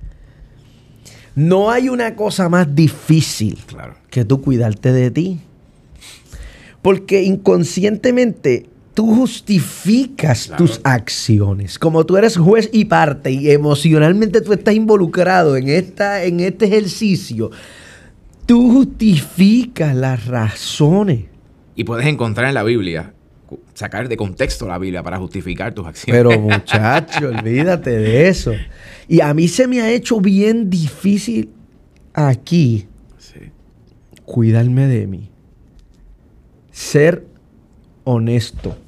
Speaker 1: No hay una cosa más difícil
Speaker 2: claro.
Speaker 1: que tú cuidarte de ti. Porque inconscientemente... tú justificas claro. tus acciones. Como tú eres juez y parte y emocionalmente tú estás involucrado en, esta, en este ejercicio, tú justificas las razones.
Speaker 2: Y puedes encontrar en la Biblia, sacar de contexto la Biblia para justificar tus acciones.
Speaker 1: Pero muchacho, olvídate de eso. Y a mí se me ha hecho bien difícil aquí sí. cuidarme de mí. ser honesto,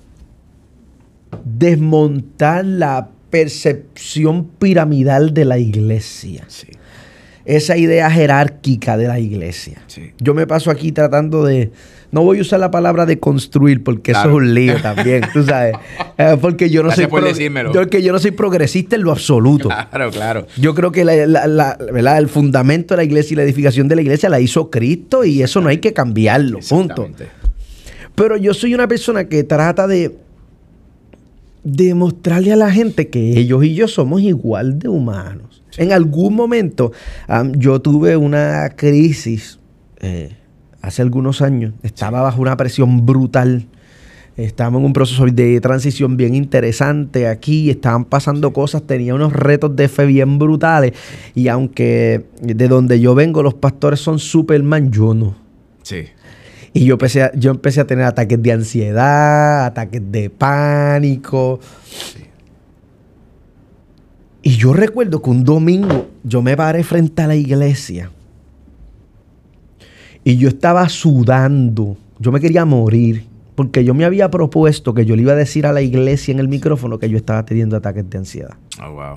Speaker 1: desmontar la percepción piramidal de la iglesia.
Speaker 2: Sí.
Speaker 1: Esa idea jerárquica de la iglesia.
Speaker 2: Sí.
Speaker 1: Yo me paso aquí tratando de... No voy a usar la palabra de construir porque
Speaker 2: Claro.
Speaker 1: eso es un lío también, tú sabes. Eh, porque yo no
Speaker 2: Gracias
Speaker 1: soy
Speaker 2: por
Speaker 1: pro-
Speaker 2: decírmelo.
Speaker 1: yo, que yo no soy progresista en lo absoluto.
Speaker 2: Claro, claro.
Speaker 1: Yo creo que la- la- la- ¿verdad? el fundamento de la iglesia y la edificación de la iglesia la hizo Cristo y eso no hay que cambiarlo, punto.
Speaker 2: Exactamente.
Speaker 1: Pero yo soy una persona que trata de demostrarle a la gente que ellos y yo somos igual de humanos. Sí. En algún momento um, yo tuve una crisis eh, hace algunos años. Estaba bajo una presión brutal. Estábamos en un proceso de transición bien interesante aquí. Estaban pasando cosas. Tenía unos retos de fe bien brutales. Y aunque de donde yo vengo los pastores son Superman, yo no.
Speaker 2: Sí.
Speaker 1: Y yo empecé, a, yo empecé a tener ataques de ansiedad, ataques de pánico.
Speaker 2: Sí.
Speaker 1: Y yo recuerdo que un domingo yo me paré frente a la iglesia. Y yo estaba sudando. Yo me quería morir. Porque yo me había propuesto que yo le iba a decir a la iglesia en el micrófono que yo estaba teniendo ataques de ansiedad.
Speaker 2: Oh, wow.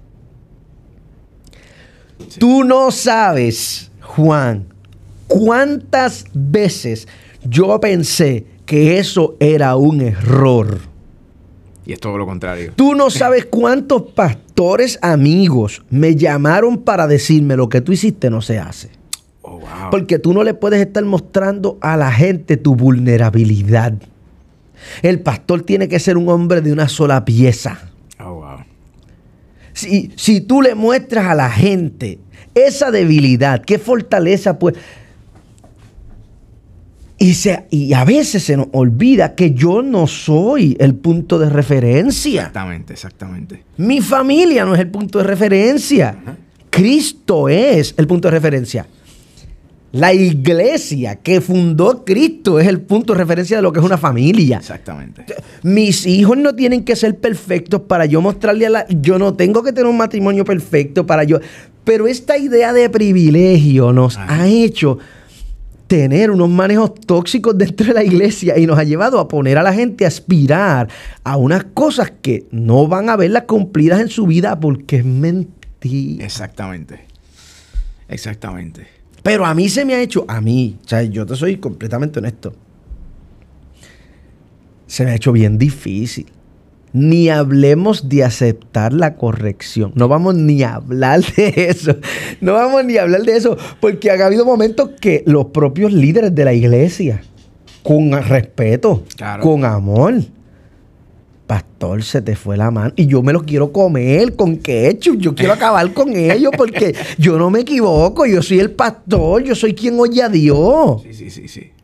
Speaker 1: Sí. Tú no sabes, Juan, cuántas veces yo pensé que eso era un error.
Speaker 2: Y es todo lo contrario.
Speaker 1: Tú no sabes cuántos pastores amigos me llamaron para decirme lo que tú hiciste no se hace.
Speaker 2: Oh, wow.
Speaker 1: Porque tú no le puedes estar mostrando a la gente tu vulnerabilidad. El pastor tiene que ser un hombre de una sola pieza.
Speaker 2: Oh, wow.
Speaker 1: Si, si tú le muestras a la gente esa debilidad, qué fortaleza, pues... Y, se, y a veces se nos olvida que yo no soy el punto de referencia.
Speaker 2: Exactamente, exactamente.
Speaker 1: Mi familia no es el punto de referencia. Uh-huh. Cristo es el punto de referencia. La iglesia que fundó Cristo es el punto de referencia de lo que es una familia.
Speaker 2: Exactamente.
Speaker 1: Mis hijos no tienen que ser perfectos para yo mostrarle a la... Yo no tengo que tener un matrimonio perfecto para yo... Pero esta idea de privilegio nos Ajá. ha hecho tener unos manejos tóxicos dentro de la iglesia y nos ha llevado a poner a la gente a aspirar a unas cosas que no van a verlas cumplidas en su vida porque es mentira.
Speaker 2: Exactamente. Exactamente.
Speaker 1: Pero a mí se me ha hecho, a mí, o sea, yo te soy completamente honesto, se me ha hecho bien difícil. Ni hablemos de aceptar la corrección. No vamos ni a hablar de eso. No vamos ni a hablar de eso. Porque ha habido momentos que los propios líderes de la iglesia, con respeto, claro, con amor, pastor, se te fue la mano. Y yo me los quiero comer con ketchup. Yo quiero acabar con ellos porque yo no me equivoco. Yo soy el pastor. Yo soy quien oye a Dios.
Speaker 2: Sí, sí, sí, sí.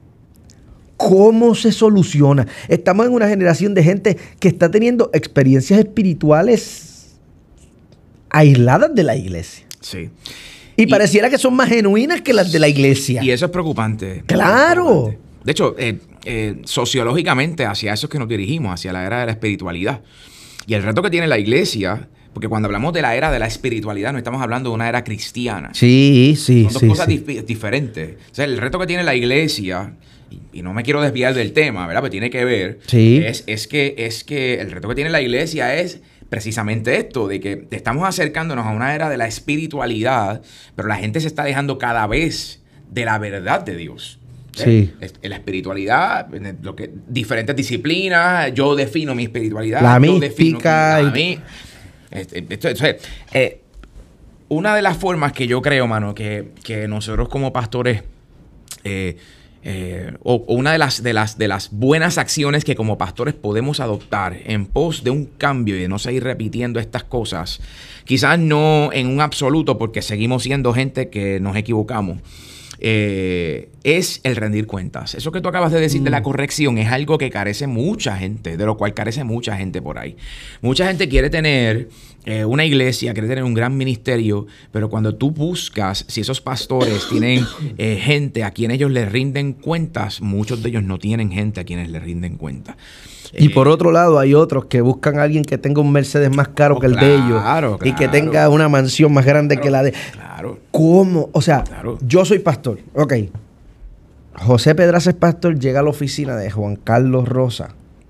Speaker 1: ¿Cómo se soluciona? Estamos en una generación de gente que está teniendo experiencias espirituales aisladas de la iglesia.
Speaker 2: Sí.
Speaker 1: Y, y pareciera que son más genuinas que las de la iglesia.
Speaker 2: Y eso es preocupante.
Speaker 1: ¡Claro!
Speaker 2: Preocupante. De hecho, eh, eh, sociológicamente, hacia eso es que nos dirigimos, hacia la era de la espiritualidad. Y el reto que tiene la iglesia, porque cuando hablamos de la era de la espiritualidad, no estamos hablando de una era cristiana.
Speaker 1: Sí, sí,
Speaker 2: Son dos
Speaker 1: sí,
Speaker 2: cosas
Speaker 1: sí.
Speaker 2: dif- diferentes. O sea, el reto que tiene la iglesia, y, y no me quiero desviar del tema, ¿verdad? Pero tiene que ver,
Speaker 1: sí.
Speaker 2: es, es, que, es que el reto que tiene la iglesia es precisamente esto, de que estamos acercándonos a una era de la espiritualidad, pero la gente se está dejando cada vez de la verdad de Dios.
Speaker 1: Sí.
Speaker 2: En la espiritualidad, lo que, diferentes disciplinas, yo defino mi espiritualidad.
Speaker 1: La
Speaker 2: yo
Speaker 1: mística.
Speaker 2: Defino, y... Este, esto, esto, eh, una de las formas que yo creo, mano, que, que nosotros como pastores, eh, eh, o, o una de las, de, las, de las buenas acciones que como pastores podemos adoptar en pos de un cambio y de no seguir repitiendo estas cosas, quizás no en un absoluto porque seguimos siendo gente que nos equivocamos, Eh, es el rendir cuentas. Eso que tú acabas de decir mm. de la corrección es algo que carece mucha gente, de lo cual carece mucha gente por ahí. Mucha gente quiere tener eh, una iglesia, quiere tener un gran ministerio, pero cuando tú buscas si esos pastores tienen eh, gente a quien ellos les rinden cuentas, muchos de ellos no tienen gente a quienes les rinden cuentas.
Speaker 1: Y por otro lado hay otros que buscan a alguien que tenga un Mercedes más caro oh, que el
Speaker 2: claro,
Speaker 1: de ellos
Speaker 2: claro.
Speaker 1: y que tenga una mansión más grande
Speaker 2: claro,
Speaker 1: que la de...
Speaker 2: Claro.
Speaker 1: ¿Cómo? O sea,
Speaker 2: claro.
Speaker 1: yo soy pastor, ok. José Pedraza es pastor, llega a la oficina de Juan Carlos Rosa.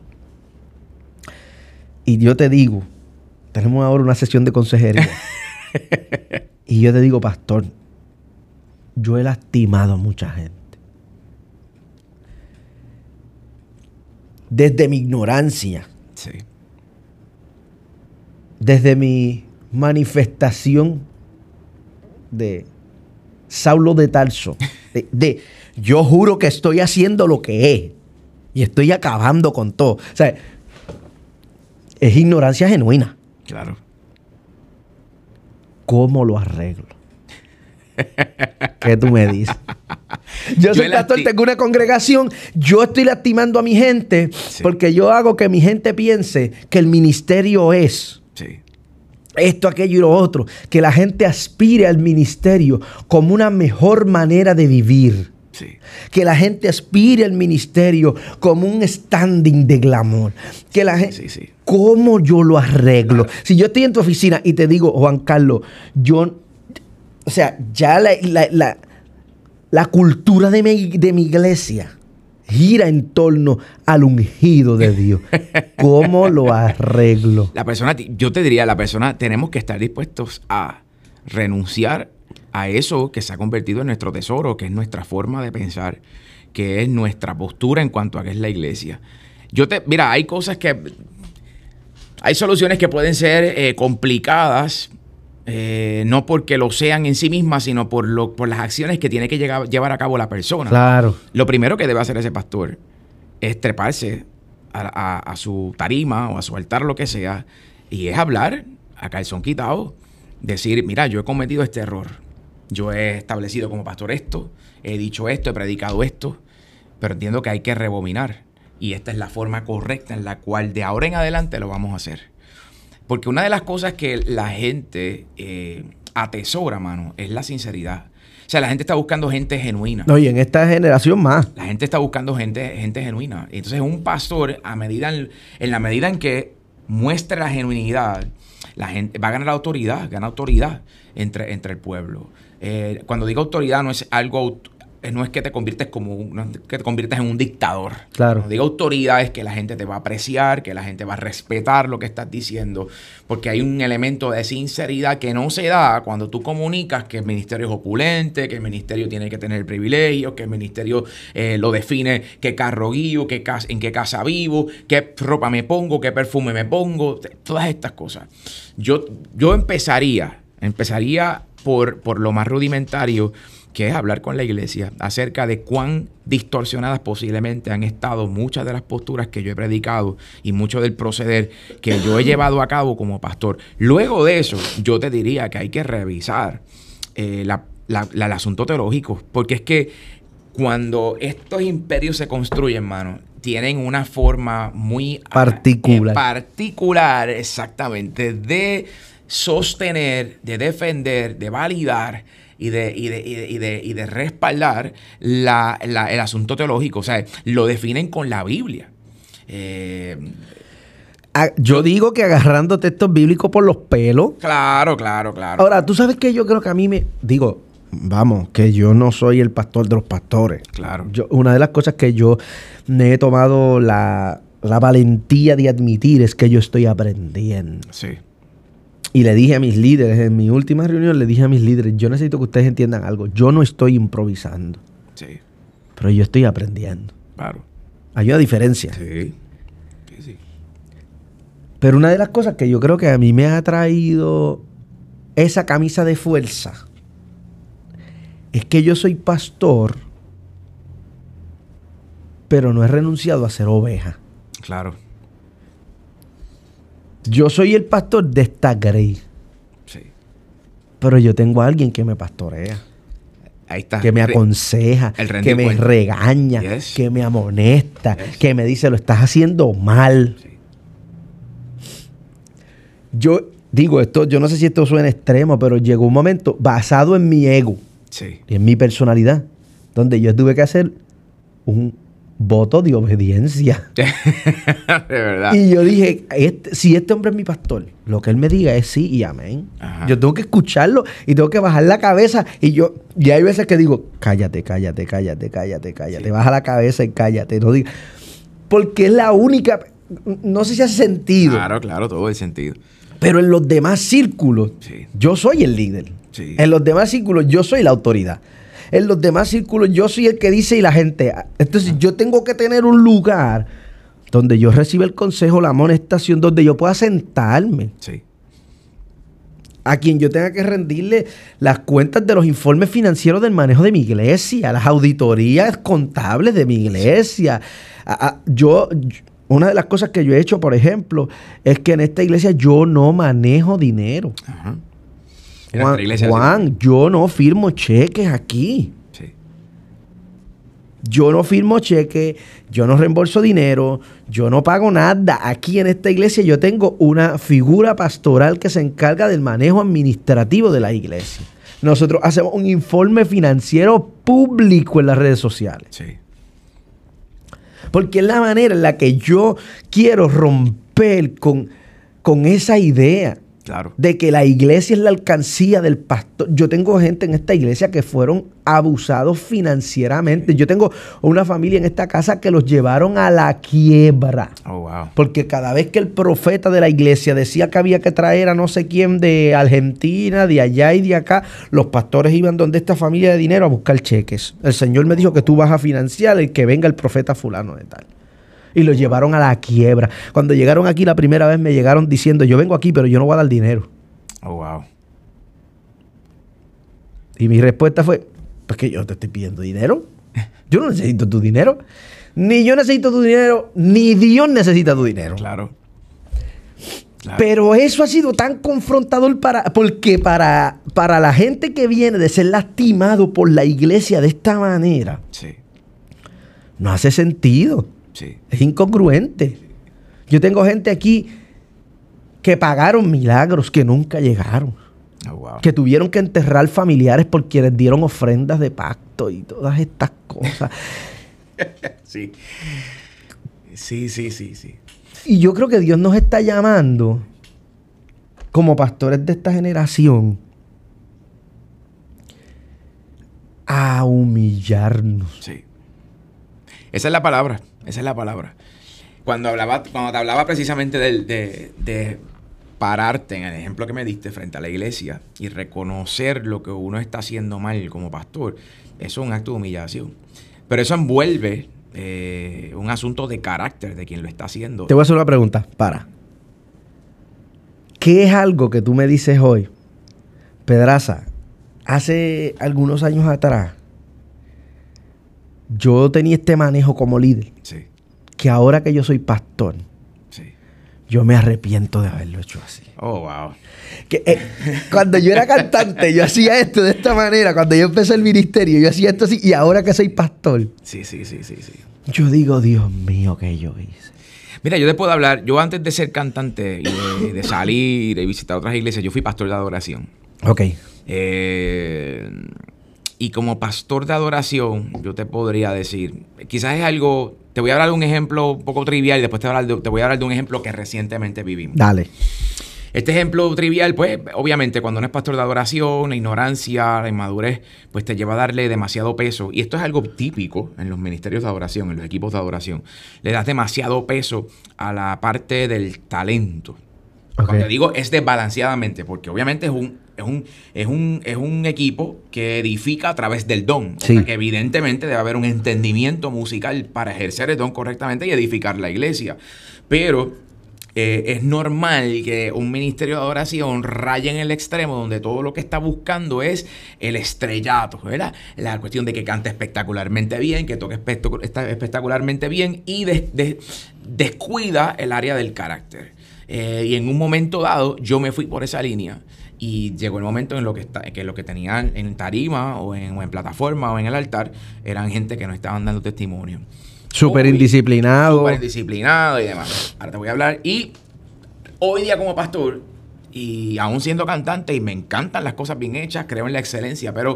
Speaker 1: Y yo te digo, tenemos ahora una sesión de consejería. Y yo te digo, pastor, yo he lastimado a mucha gente. Desde mi ignorancia.
Speaker 2: Sí.
Speaker 1: Desde mi manifestación de Saulo de Tarso. De, de yo juro que estoy haciendo lo que es. Y estoy acabando con todo. O sea, es ignorancia genuina.
Speaker 2: Claro.
Speaker 1: ¿Cómo lo arreglo? ¿Qué tú me dices? Yo soy
Speaker 2: Yo
Speaker 1: pastor,
Speaker 2: lasti-
Speaker 1: tengo una congregación, yo estoy lastimando a mi gente
Speaker 2: Sí.
Speaker 1: porque yo hago que mi gente piense que el ministerio es
Speaker 2: Sí.
Speaker 1: esto, aquello y lo otro. Que la gente aspire al ministerio como una mejor manera de vivir.
Speaker 2: Sí.
Speaker 1: Que la gente aspire al ministerio como un standing de glamour. Que la gente...
Speaker 2: Sí, sí.
Speaker 1: ¿Cómo yo lo arreglo? Si yo estoy en tu oficina y te digo, Juan Carlos, yo... O sea, ya la, la, la, la cultura de mi, de mi iglesia gira en torno al ungido de Dios. ¿Cómo lo arreglo?
Speaker 2: La persona, yo te diría, la persona, tenemos que estar dispuestos a renunciar a eso que se ha convertido en nuestro tesoro, que es nuestra forma de pensar, que es nuestra postura en cuanto a qué es la iglesia. Yo te, mira, hay cosas que, hay soluciones que pueden ser eh, complicadas, eh, no porque lo sean en sí mismas, sino por, lo, por las acciones que tiene que llegar, llevar a cabo la persona.
Speaker 1: Claro.
Speaker 2: Lo primero que debe hacer ese pastor es treparse a, a, a su tarima o a su altar, lo que sea, y es hablar a calzón quitado, decir, mira, yo he cometido este error, yo he establecido como pastor esto, he dicho esto, he predicado esto, pero entiendo que hay que rebobinar, y esta es la forma correcta en la cual de ahora en adelante lo vamos a hacer. Porque una de las cosas que la gente eh, atesora, mano, es la sinceridad. O sea, la gente está buscando gente genuina.
Speaker 1: No, y en esta generación más.
Speaker 2: La gente está buscando gente, gente genuina. Entonces, un pastor, a medida en, en la medida en que muestre la genuinidad, la gente va a ganar autoridad, gana autoridad entre, entre el pueblo. Eh, cuando digo autoridad, no es algo aut- no es que te conviertes como un- no es que te conviertes en un dictador.
Speaker 1: Claro.
Speaker 2: Cuando digo autoridad es que la gente te va a apreciar, que la gente va a respetar lo que estás diciendo, porque hay un elemento de sinceridad que no se da cuando tú comunicas que el ministerio es opulente, que el ministerio tiene que tener privilegios, que el ministerio eh, lo define qué carro guío, qué casa, en qué casa vivo, qué ropa me pongo, qué perfume me pongo, todas estas cosas. Yo, yo empezaría, empezaría por, por lo más rudimentario, que es hablar con la iglesia acerca de cuán distorsionadas posiblemente han estado muchas de las posturas que yo he predicado y mucho del proceder que yo he llevado a cabo como pastor. Luego de eso, yo te diría que hay que revisar eh, la, la, la, el asunto teológico, porque es que cuando estos imperios se construyen, mano, tienen una forma muy
Speaker 1: Particular.
Speaker 2: eh, particular, exactamente, de sostener, de defender, de validar y de, y de, y de, y de, y de respaldar la, la, el asunto teológico. O sea, lo definen con la Biblia. Eh,
Speaker 1: Ah, yo digo que agarrando textos bíblicos por los pelos.
Speaker 2: claro, claro, claro.
Speaker 1: Ahora, tú sabes que yo creo que a mí me... Digo, vamos, que yo no soy el pastor de los pastores.
Speaker 2: Claro.
Speaker 1: Yo, una de las cosas que yo me he tomado la, la valentía de admitir es que yo estoy aprendiendo.
Speaker 2: Sí.
Speaker 1: Y le dije a mis líderes, en mi última reunión le dije a mis líderes, yo necesito que ustedes entiendan algo. Yo no estoy improvisando,
Speaker 2: Sí.
Speaker 1: pero yo estoy aprendiendo.
Speaker 2: Claro.
Speaker 1: Hay una diferencia.
Speaker 2: Sí. Sí, sí.
Speaker 1: Pero una de las cosas que yo creo que a mí me ha traído esa camisa de fuerza es que yo soy pastor, pero no he renunciado a ser oveja.
Speaker 2: Claro.
Speaker 1: Yo soy el pastor de esta grey,
Speaker 2: Sí.
Speaker 1: pero yo tengo a alguien que me pastorea,
Speaker 2: Ahí está.
Speaker 1: que me
Speaker 2: Re-
Speaker 1: aconseja,
Speaker 2: el
Speaker 1: que
Speaker 2: rendir
Speaker 1: me
Speaker 2: cuentas.
Speaker 1: regaña,
Speaker 2: Yes.
Speaker 1: que me amonesta,
Speaker 2: Yes.
Speaker 1: que me dice lo estás haciendo mal.
Speaker 2: Sí.
Speaker 1: Yo digo esto, yo no sé si esto suena extremo, pero llegó un momento basado en mi ego
Speaker 2: Sí.
Speaker 1: y en mi personalidad, donde yo tuve que hacer un, voto de obediencia.
Speaker 2: De verdad.
Speaker 1: Y yo dije, este, si este hombre es mi pastor, lo que él me diga es sí y amén.
Speaker 2: Ajá.
Speaker 1: Yo tengo que escucharlo y tengo que bajar la cabeza. Y yo, y hay veces que digo, cállate, cállate, cállate, cállate, cállate.
Speaker 2: Sí.
Speaker 1: Baja la cabeza y cállate. No digas. Porque es la única, no sé si hace sentido.
Speaker 2: Claro, claro, todo el sentido.
Speaker 1: Pero en los demás círculos,
Speaker 2: Sí.
Speaker 1: yo soy el líder.
Speaker 2: Sí.
Speaker 1: En los demás círculos, yo soy la autoridad. En los demás círculos, yo soy el que dice y la gente. Entonces, yo tengo que tener un lugar donde yo reciba el consejo, la amonestación, donde yo pueda sentarme.
Speaker 2: Sí.
Speaker 1: A quien yo tenga que rendirle las cuentas de los informes financieros del manejo de mi iglesia, las auditorías contables de mi iglesia. A- a- yo, yo- una de las cosas que yo he hecho, por ejemplo, es que en esta iglesia yo no manejo dinero.
Speaker 2: Ajá. En
Speaker 1: Juan,
Speaker 2: nuestra iglesia,
Speaker 1: Juan, yo no firmo cheques aquí.
Speaker 2: Sí.
Speaker 1: Yo no firmo cheques, yo no reembolso dinero, yo no pago nada. Aquí en esta iglesia yo tengo una figura pastoral que se encarga del manejo administrativo de la iglesia. Nosotros hacemos un informe financiero público en las redes sociales.
Speaker 2: Sí.
Speaker 1: Porque es la manera en la que yo quiero romper con, con esa idea
Speaker 2: Claro.
Speaker 1: de que la iglesia es la alcancía del pastor. Yo tengo gente en esta iglesia que fueron abusados financieramente. Yo tengo una familia en esta casa que los llevaron a la quiebra.
Speaker 2: Oh, wow.
Speaker 1: Porque cada vez que el profeta de la iglesia decía que había que traer a no sé quién de Argentina, de allá y de acá, los pastores iban donde esta familia de dinero a buscar cheques. El Señor me dijo que tú vas a financiar el que venga el profeta fulano de tal. Y los llevaron a la quiebra. Cuando llegaron aquí la primera vez me llegaron diciendo, yo vengo aquí, pero yo no voy a dar dinero.
Speaker 2: Oh, wow.
Speaker 1: Y mi respuesta fue, pues que yo no te estoy pidiendo dinero. Yo no necesito tu dinero. Ni yo necesito tu dinero, ni Dios necesita tu dinero.
Speaker 2: Claro. Claro.
Speaker 1: Pero eso ha sido tan confrontador para, porque para, para la gente que viene de ser lastimado por la iglesia de esta manera,
Speaker 2: Sí.
Speaker 1: no hace sentido.
Speaker 2: Sí.
Speaker 1: Es incongruente. Yo tengo gente aquí que pagaron milagros que nunca llegaron.
Speaker 2: Oh, wow.
Speaker 1: Que tuvieron que enterrar familiares por quienes dieron ofrendas de pacto y todas estas cosas.
Speaker 2: Sí. Sí, sí, sí, sí.
Speaker 1: Y yo creo que Dios nos está llamando como pastores de esta generación a humillarnos.
Speaker 2: Sí. Esa es la palabra. Esa es la palabra. Cuando hablaba, cuando te hablaba precisamente del- de, de pararte en el ejemplo que me diste frente a la iglesia y reconocer lo que uno está haciendo mal como pastor, eso es un acto de humillación. Pero eso envuelve eh, un asunto de carácter de quien lo está haciendo.
Speaker 1: Te voy a hacer una pregunta. Para. ¿Qué es algo que tú me dices hoy? Pedraza, hace algunos años atrás, yo tenía este manejo como líder,
Speaker 2: Sí,
Speaker 1: que ahora que yo soy pastor,
Speaker 2: sí.
Speaker 1: yo me arrepiento de haberlo hecho así.
Speaker 2: Oh, wow.
Speaker 1: Que, eh, cuando yo era cantante, yo hacía esto de esta manera. Cuando yo empecé el ministerio, yo hacía esto así. Y ahora que soy pastor,
Speaker 2: Sí, sí, sí, sí, sí.
Speaker 1: yo digo, Dios mío, ¿qué yo hice?
Speaker 2: Mira, yo te puedo hablar, yo antes de ser cantante y de, de salir y visitar otras iglesias, yo fui pastor de adoración.
Speaker 1: Ok.
Speaker 2: Eh, y como pastor de adoración, yo te podría decir, quizás es algo, te voy a hablar de un ejemplo un poco trivial y después te voy a hablar de, te voy a hablar de un ejemplo que recientemente vivimos.
Speaker 1: Dale.
Speaker 2: Este ejemplo trivial, pues, obviamente, cuando uno es pastor de adoración, la ignorancia, la inmadurez, pues te lleva a darle demasiado peso. Y esto es algo típico en los ministerios de adoración, en los equipos de adoración. Le das demasiado peso a la parte del talento.
Speaker 1: Ok.
Speaker 2: Cuando digo es desbalanceadamente, porque obviamente es un, es un, es un, es un equipo que edifica a través del don.
Speaker 1: Sí.
Speaker 2: O sea que evidentemente debe haber un entendimiento musical para ejercer el don correctamente y edificar la iglesia. Pero eh, es normal que un ministerio de adoración raye en el extremo donde todo lo que está buscando es el estrellato, ¿verdad? La cuestión de que cante espectacularmente bien, que toque espectac- está espectacularmente bien y des- des- descuida el área del carácter. Eh, y en un momento dado yo me fui por esa línea y llegó el momento en lo que, está, que lo que tenían en tarima o en, o en plataforma o en el altar eran gente que no estaban dando testimonio.
Speaker 1: Súper
Speaker 2: Hoy-
Speaker 1: indisciplinado.
Speaker 2: Súper indisciplinado y demás. Ahora te voy a hablar. Y hoy día como pastor, y aún siendo cantante, y me encantan las cosas bien hechas, creo en la excelencia, pero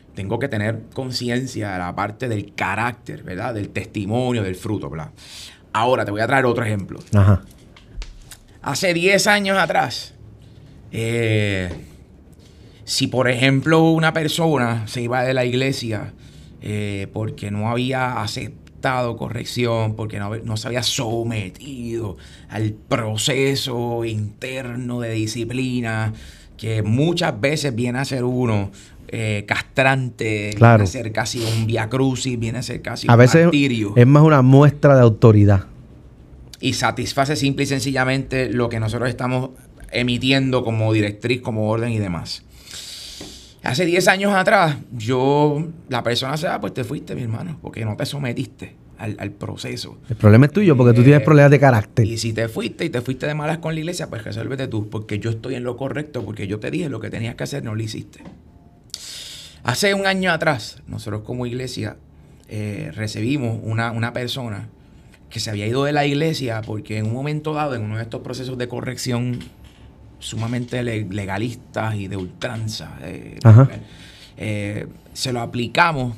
Speaker 2: tengo que tener conciencia de la parte del carácter, ¿verdad? Del testimonio, del fruto, ¿verdad? Ahora te voy a traer otro ejemplo.
Speaker 1: Ajá.
Speaker 2: Hace diez años atrás, eh, si por ejemplo una persona se iba de la iglesia eh, porque no había aceptado corrección, porque no, no se había sometido al proceso interno de disciplina, que muchas veces viene a ser uno eh, castrante,
Speaker 1: claro.
Speaker 2: viene a ser casi un viacrucis, viene a ser casi
Speaker 1: a
Speaker 2: un
Speaker 1: veces
Speaker 2: martirio.
Speaker 1: Es más una muestra de autoridad.
Speaker 2: Y satisface simple y sencillamente lo que nosotros estamos emitiendo como directriz, como orden y demás. Hace diez años atrás, yo, la persona se va, pues te fuiste, mi hermano, porque no te sometiste al, al proceso.
Speaker 1: El problema es tuyo, porque eh, tú tienes problemas de carácter.
Speaker 2: Y si te fuiste y te fuiste de malas con la iglesia, pues resuélvete tú, porque yo estoy en lo correcto, porque yo te dije lo que tenías que hacer, no lo hiciste. Hace un año atrás, nosotros como iglesia eh, recibimos una, una persona que se había ido de la iglesia porque en un momento dado, en uno de estos procesos de corrección sumamente legalistas y de ultranza, eh, eh, se lo aplicamos.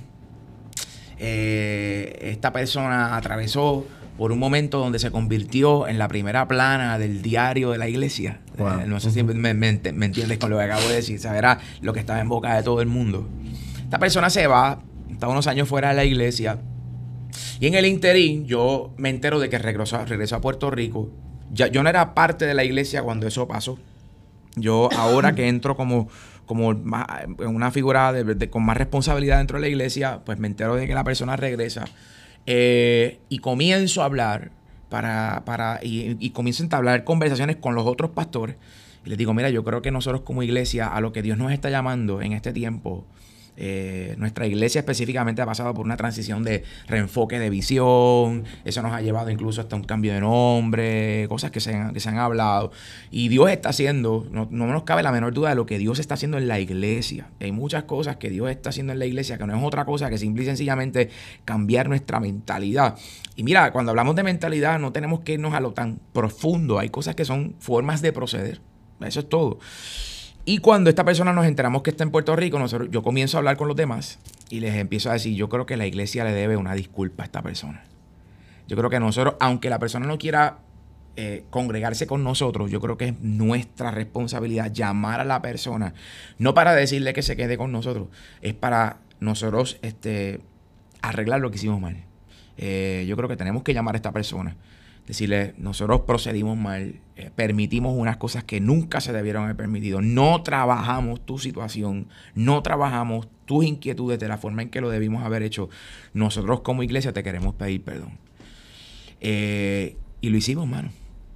Speaker 2: Eh, esta persona atravesó por un momento donde se convirtió en la primera plana del diario de la iglesia. Wow. Eh, no sé si me, me, me entiendes con lo que acabo de decir. Saberá lo que estaba en boca de todo el mundo. Esta persona se va, está unos años fuera de la iglesia. Y en el interín, yo me entero de que regresó, regresó a Puerto Rico. Ya, yo no era parte de la iglesia cuando eso pasó. Yo ahora que entro como, como más, una figura de, de, con más responsabilidad dentro de la iglesia, pues me entero de que la persona regresa. Eh, y comienzo a hablar para, para, y, y comienzo a entablar conversaciones con los otros pastores. Y les digo, mira, yo creo que nosotros como iglesia, a lo que Dios nos está llamando en este tiempo, Eh, nuestra iglesia específicamente ha pasado por una transición de reenfoque de visión. Eso nos ha llevado incluso hasta un cambio de nombre, cosas que se han, que se han hablado. Y Dios está haciendo, no, no nos cabe la menor duda de lo que Dios está haciendo en la iglesia. Hay muchas cosas que Dios está haciendo en la iglesia que no es otra cosa que simple y sencillamente cambiar nuestra mentalidad. Y mira, cuando hablamos de mentalidad no tenemos que irnos a lo tan profundo. Hay cosas que son formas de proceder. Eso es todo. Y cuando esta persona nos enteramos que está en Puerto Rico, nosotros, yo comienzo a hablar con los demás y les empiezo a decir, yo creo que la iglesia le debe una disculpa a esta persona. Yo creo que nosotros, aunque la persona no quiera eh, congregarse con nosotros, yo creo que es nuestra responsabilidad llamar a la persona, no para decirle que se quede con nosotros, es para nosotros este, arreglar lo que hicimos mal. Eh, yo creo que tenemos que llamar a esta persona. Decirle, nosotros procedimos mal, eh, permitimos unas cosas que nunca se debieron haber permitido, no trabajamos tu situación, no trabajamos tus inquietudes de la forma en que lo debimos haber hecho. Nosotros como iglesia te queremos pedir perdón. Eh, y lo hicimos, mano.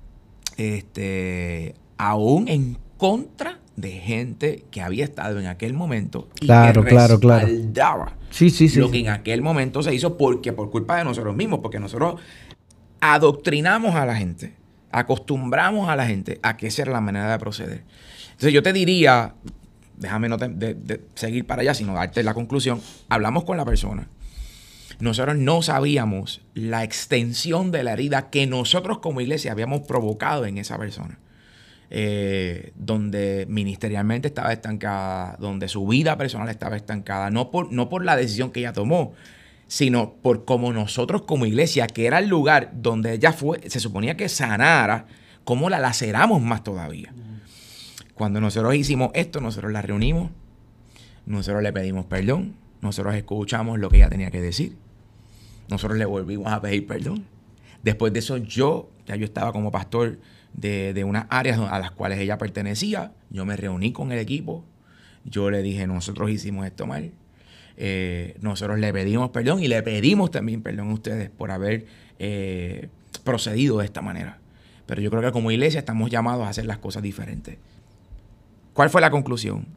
Speaker 2: Este, aún en contra de gente que había estado en aquel momento y
Speaker 1: claro,
Speaker 2: que
Speaker 1: claro, claro.
Speaker 2: respaldaba
Speaker 1: sí, sí, sí,
Speaker 2: lo
Speaker 1: sí.
Speaker 2: que en aquel momento se hizo porque por culpa de nosotros mismos, porque nosotros adoctrinamos a la gente, acostumbramos a la gente a que esa era la manera de proceder. Entonces yo te diría, déjame no te, de, de seguir para allá, sino darte la conclusión. Hablamos con la persona. Nosotros no sabíamos la extensión de la herida que nosotros como iglesia habíamos provocado en esa persona. Eh, donde ministerialmente estaba estancada, donde su vida personal estaba estancada, no por, no por la decisión que ella tomó, sino por como nosotros como iglesia, que era el lugar donde ella fue, se suponía que sanara, cómo la laceramos más todavía. Cuando nosotros hicimos esto, nosotros la reunimos, nosotros le pedimos perdón, nosotros escuchamos lo que ella tenía que decir, nosotros le volvimos a pedir perdón. Después de eso, yo, ya yo estaba como pastor de, de unas áreas a las cuales ella pertenecía, yo me reuní con el equipo, yo le dije, nosotros hicimos esto mal. Eh, nosotros le pedimos perdón y le pedimos también perdón a ustedes por haber eh, procedido de esta manera. Pero yo creo que como iglesia estamos llamados a hacer las cosas diferentes. ¿Cuál fue la conclusión?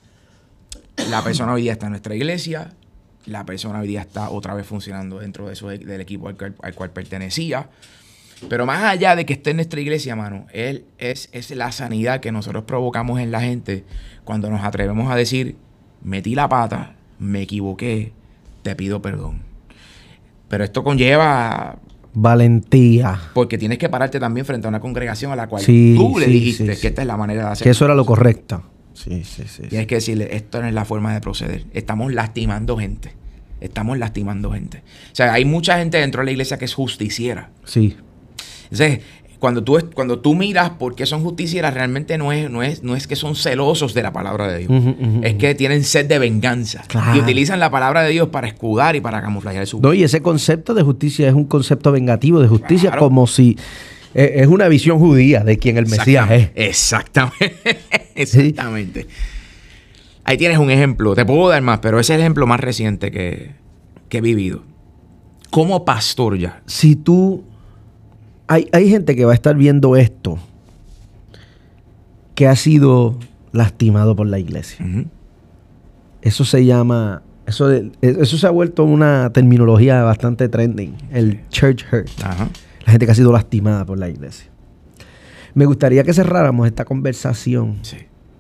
Speaker 2: La persona hoy día está en nuestra iglesia, la persona hoy día está otra vez funcionando dentro de eso, del equipo al cual, al cual pertenecía. Pero más allá de que esté en nuestra iglesia, mano, él es, es la sanidad que nosotros provocamos en la gente cuando nos atrevemos a decir, metí la pata, me equivoqué, te pido perdón. Pero esto conlleva
Speaker 1: valentía.
Speaker 2: Porque tienes que pararte también frente a una congregación a la cual
Speaker 1: sí,
Speaker 2: tú le
Speaker 1: sí,
Speaker 2: dijiste
Speaker 1: sí,
Speaker 2: que
Speaker 1: sí.
Speaker 2: esta es la manera de hacer.
Speaker 1: Que eso era lo correcto. Sí, sí, sí.
Speaker 2: Tienes
Speaker 1: sí.
Speaker 2: que decirle, esto no es la forma de proceder. Estamos lastimando gente. Estamos lastimando gente. O sea, hay mucha gente dentro de la iglesia que es justiciera.
Speaker 1: Sí.
Speaker 2: Entonces, cuando tú, cuando tú miras por qué son justicieras, realmente no es, no es, no es que son celosos de la palabra de Dios.
Speaker 1: Uh -huh, uh -huh.
Speaker 2: Es que tienen sed de venganza.
Speaker 1: Claro.
Speaker 2: Y utilizan la palabra de Dios para escudar y para camuflajear su...
Speaker 1: No, y ese concepto de justicia es un concepto vengativo de justicia,
Speaker 2: claro.
Speaker 1: como si... Eh, es una visión judía de quien el Mesías es.
Speaker 2: Exactamente. Exactamente. ¿Sí? Ahí tienes un ejemplo. Te puedo dar más, pero ese es el ejemplo más reciente que, que he vivido. Como pastor ya.
Speaker 1: Si tú... Hay, hay gente que va a estar viendo esto que ha sido lastimado por la iglesia. Uh-huh. Eso se llama... Eso, eso se ha vuelto una terminología bastante trending. El sí. church hurt. Uh-huh. La gente que ha sido lastimada por la iglesia. Me gustaría que cerráramos esta conversación sí.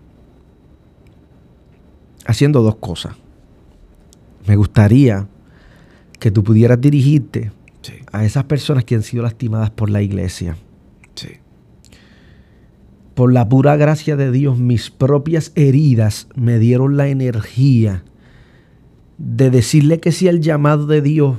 Speaker 1: haciendo dos cosas. Me gustaría que tú pudieras dirigirte sí. a esas personas que han sido lastimadas por la iglesia. Sí. Por la pura gracia de Dios, mis propias heridas me dieron la energía de decirle que sí al llamado de Dios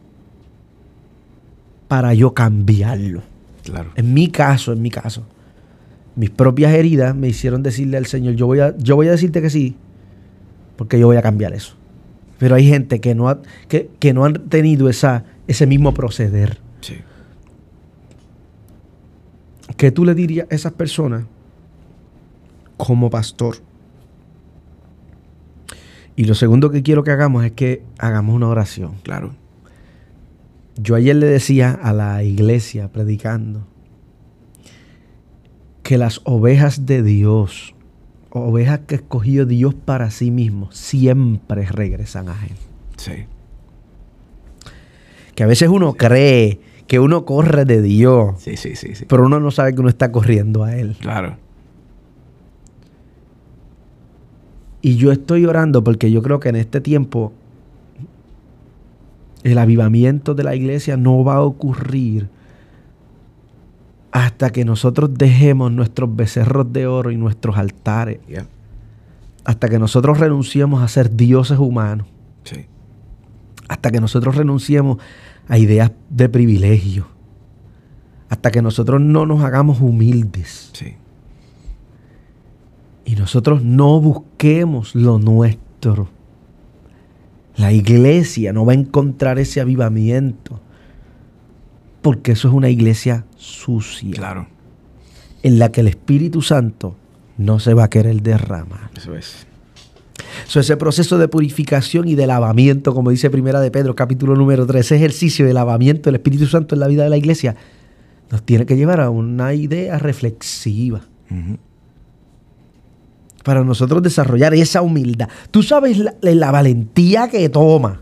Speaker 1: para yo cambiarlo.
Speaker 2: Claro.
Speaker 1: En mi caso, en mi caso, mis propias heridas me hicieron decirle al Señor, yo voy a, yo voy a decirte que sí, porque yo voy a cambiar eso. Pero hay gente que no, ha, que, que no han tenido esa, ese mismo proceder.
Speaker 2: Sí.
Speaker 1: ¿Qué tú le dirías a esas personas como pastor? Y lo segundo que quiero que hagamos es que hagamos una oración.
Speaker 2: Claro.
Speaker 1: Yo ayer le decía a la iglesia predicando que las ovejas de Dios, ovejas que escogió Dios para sí mismo, siempre regresan a Él.
Speaker 2: Sí.
Speaker 1: Que a veces uno sí. cree que uno corre de Dios,
Speaker 2: sí, sí, sí, sí.
Speaker 1: pero uno no sabe que uno está corriendo a Él.
Speaker 2: Claro.
Speaker 1: Y yo estoy orando porque yo creo que en este tiempo el avivamiento de la iglesia no va a ocurrir hasta que nosotros dejemos nuestros becerros de oro y nuestros altares.
Speaker 2: Yeah.
Speaker 1: Hasta que nosotros renunciemos a ser dioses humanos.
Speaker 2: Sí.
Speaker 1: Hasta que nosotros renunciemos a ideas de privilegio. Hasta que nosotros no nos hagamos humildes.
Speaker 2: Sí.
Speaker 1: Y nosotros no busquemos lo nuestro. La iglesia no va a encontrar ese avivamiento porque eso es una iglesia sucia.
Speaker 2: Claro.
Speaker 1: En la que el Espíritu Santo no se va a querer derramar.
Speaker 2: Eso es.
Speaker 1: So, ese proceso de purificación y de lavamiento, como dice Primera de Pedro, capítulo número tres, ese ejercicio de lavamiento del Espíritu Santo en la vida de la iglesia, nos tiene que llevar a una idea reflexiva.
Speaker 2: Uh-huh.
Speaker 1: Para nosotros desarrollar esa humildad. Tú sabes la, la valentía que toma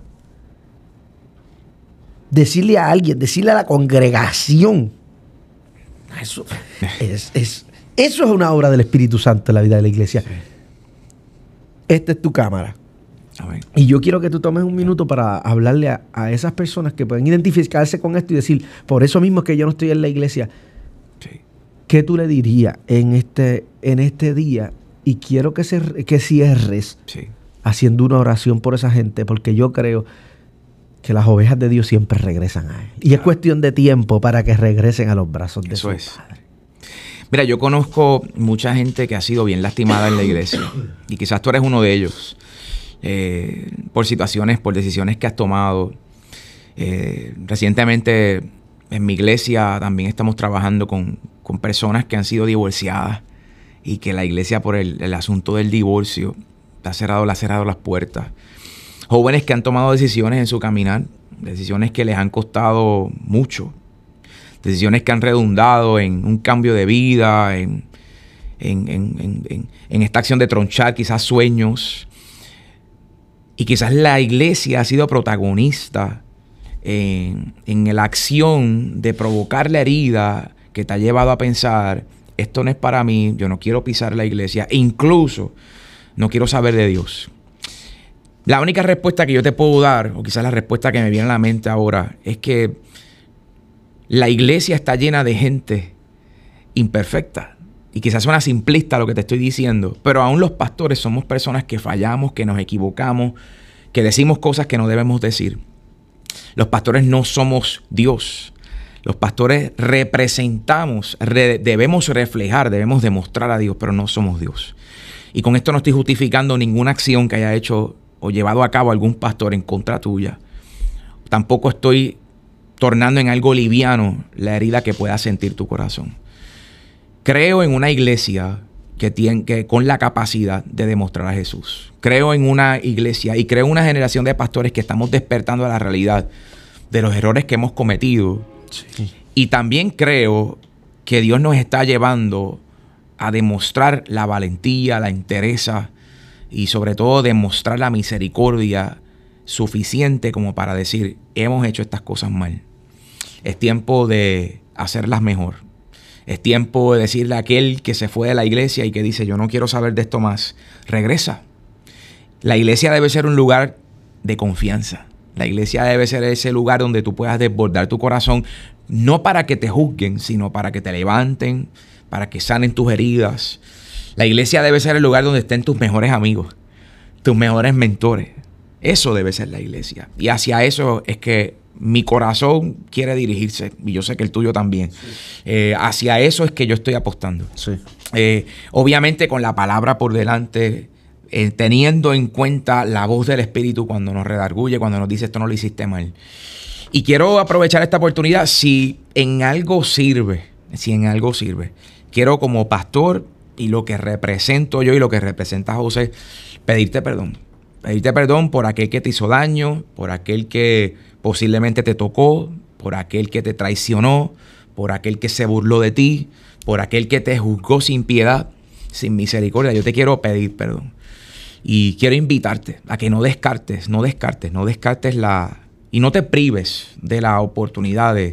Speaker 1: decirle a alguien, decirle a la congregación. Eso es, es, eso es una obra del Espíritu Santo en la vida de la iglesia. Sí. Esta es tu cámara.
Speaker 2: Amén.
Speaker 1: Y yo quiero que tú tomes un minuto para hablarle a, a esas personas que pueden identificarse con esto y decir, por eso mismo es que yo no estoy en la iglesia.
Speaker 2: Sí.
Speaker 1: ¿Qué tú le dirías en este, en este día? Y quiero que, se, que cierres
Speaker 2: sí.
Speaker 1: haciendo una oración por esa gente, porque yo creo que las ovejas de Dios siempre regresan a Él. Y claro. es cuestión de tiempo para que regresen a los brazos de
Speaker 2: Eso
Speaker 1: su
Speaker 2: es.
Speaker 1: Padre.
Speaker 2: Mira, yo conozco mucha gente que ha sido bien lastimada en la iglesia. Y quizás tú eres uno de ellos. Eh, por situaciones, por decisiones que has tomado. Eh, recientemente en mi iglesia también estamos trabajando con, con personas que han sido divorciadas. Y que la iglesia por el, el asunto del divorcio ha cerrado, le ha cerrado las puertas. Jóvenes que han tomado decisiones en su caminar, decisiones que les han costado mucho, decisiones que han redundado en un cambio de vida, en, en, en, en, en esta acción de tronchar quizás sueños. Y quizás la iglesia ha sido protagonista en, en la acción de provocar la herida que te ha llevado a pensar, esto no es para mí, yo no quiero pisar la iglesia, e incluso no quiero saber de Dios. La única respuesta que yo te puedo dar, o quizás la respuesta que me viene a la mente ahora, es que la iglesia está llena de gente imperfecta. y quizás suena simplista lo que te estoy diciendo, pero aún los pastores somos personas que fallamos, que nos equivocamos, que decimos cosas que no debemos decir. Los pastores no somos Dios. Los pastores representamos, re, debemos reflejar, debemos demostrar a Dios, pero no somos Dios. Y con esto no estoy justificando ninguna acción que haya hecho o llevado a cabo algún pastor en contra tuya. Tampoco estoy tornando en algo liviano la herida que pueda sentir tu corazón. Creo en una iglesia que tiene que con la capacidad de demostrar a Jesús. Creo en una iglesia y creo en una generación de pastores que estamos despertando a la realidad de los errores que hemos cometido. Sí. Y también creo que Dios nos está llevando a demostrar la valentía, la entereza y sobre todo demostrar la misericordia suficiente como para decir, hemos hecho estas cosas mal. Es tiempo de hacerlas mejor. Es tiempo de decirle a aquel que se fue de la iglesia y que dice, yo no quiero saber de esto más, regresa. La iglesia debe ser un lugar de confianza. La iglesia debe ser ese lugar donde tú puedas desbordar tu corazón, no para que te juzguen, sino para que te levanten, para que sanen tus heridas. La iglesia debe ser el lugar donde estén tus mejores amigos, tus mejores mentores. Eso debe ser la iglesia. Y hacia eso es que mi corazón quiere dirigirse, y yo sé que el tuyo también. Sí. Eh, hacia eso es que yo estoy apostando. Sí. Eh, obviamente con la palabra por delante, eh, teniendo en cuenta la voz del Espíritu cuando nos redarguye, cuando nos dice esto no lo hiciste mal. Y quiero aprovechar esta oportunidad, si en algo sirve, si en algo sirve, quiero como pastor y lo que represento yo y lo que representa José, pedirte perdón. Pedirte perdón por aquel que te hizo daño, por aquel que posiblemente te tocó, por aquel que te traicionó, por aquel que se burló de ti, por aquel que te juzgó sin piedad, sin misericordia. Yo te quiero pedir perdón. Y quiero invitarte a que no descartes, no descartes, no descartes la... y no te prives de la oportunidad de,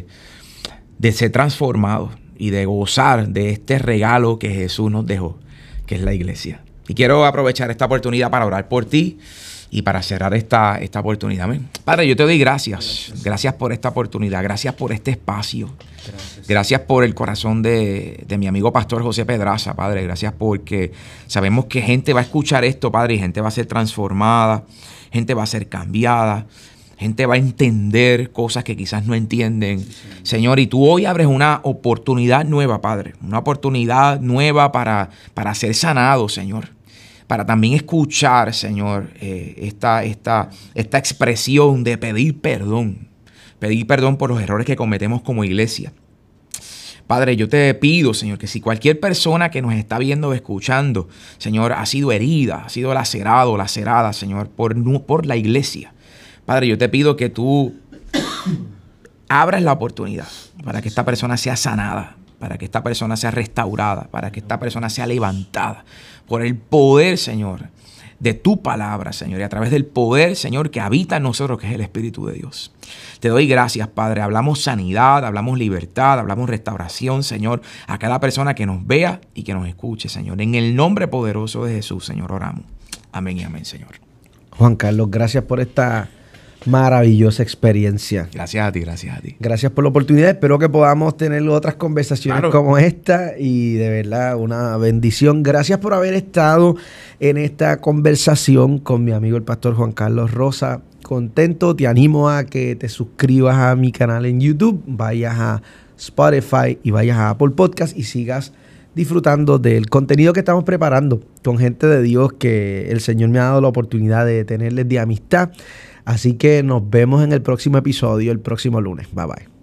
Speaker 2: de ser transformado y de gozar de este regalo que Jesús nos dejó, que es la iglesia. Y quiero aprovechar esta oportunidad para orar por ti y para cerrar esta, esta oportunidad. Amén. Padre, yo te doy gracias. Gracias. Gracias por esta oportunidad. Gracias por este espacio. Gracias, gracias por el corazón de, de mi amigo pastor José Pedraza, Padre. Gracias porque sabemos que gente va a escuchar esto, Padre, y gente va a ser transformada, gente va a ser cambiada. Gente va a entender cosas que quizás no entienden. Sí, Señor, y tú hoy abres una oportunidad nueva, Padre. Una oportunidad nueva para, para ser sanado, Señor. Para también escuchar, Señor, eh, esta, esta, esta expresión de pedir perdón. Pedir perdón por los errores que cometemos como iglesia. Padre, yo te pido, Señor, que si cualquier persona que nos está viendo o escuchando, Señor, ha sido herida, ha sido lacerado o lacerada, Señor, por, por la iglesia. Padre, yo te pido que tú abras la oportunidad para que esta persona sea sanada, para que esta persona sea restaurada, para que esta persona sea levantada por el poder, Señor, de tu palabra, Señor, y a través del poder, Señor, que habita en nosotros, que es el Espíritu de Dios. Te doy gracias, Padre. Hablamos sanidad, hablamos libertad, hablamos restauración, Señor, a cada persona que nos vea y que nos escuche, Señor. En el nombre poderoso de Jesús, Señor, oramos. Amén y amén, Señor.
Speaker 1: Juan Carlos, gracias por esta maravillosa experiencia.
Speaker 2: Gracias a ti, gracias a ti.
Speaker 1: Gracias por la oportunidad. Espero que podamos tener otras conversaciones claro. como esta y de verdad una bendición. Gracias por haber estado en esta conversación con mi amigo el pastor Juan Carlos Rosa. Contento, te animo a que te suscribas a mi canal en YouTube, vayas a Spotify y vayas a Apple Podcast y sigas disfrutando del contenido que estamos preparando con gente de Dios que el Señor me ha dado la oportunidad de tenerles de amistad. Así que nos vemos en el próximo episodio, el próximo lunes. Bye bye.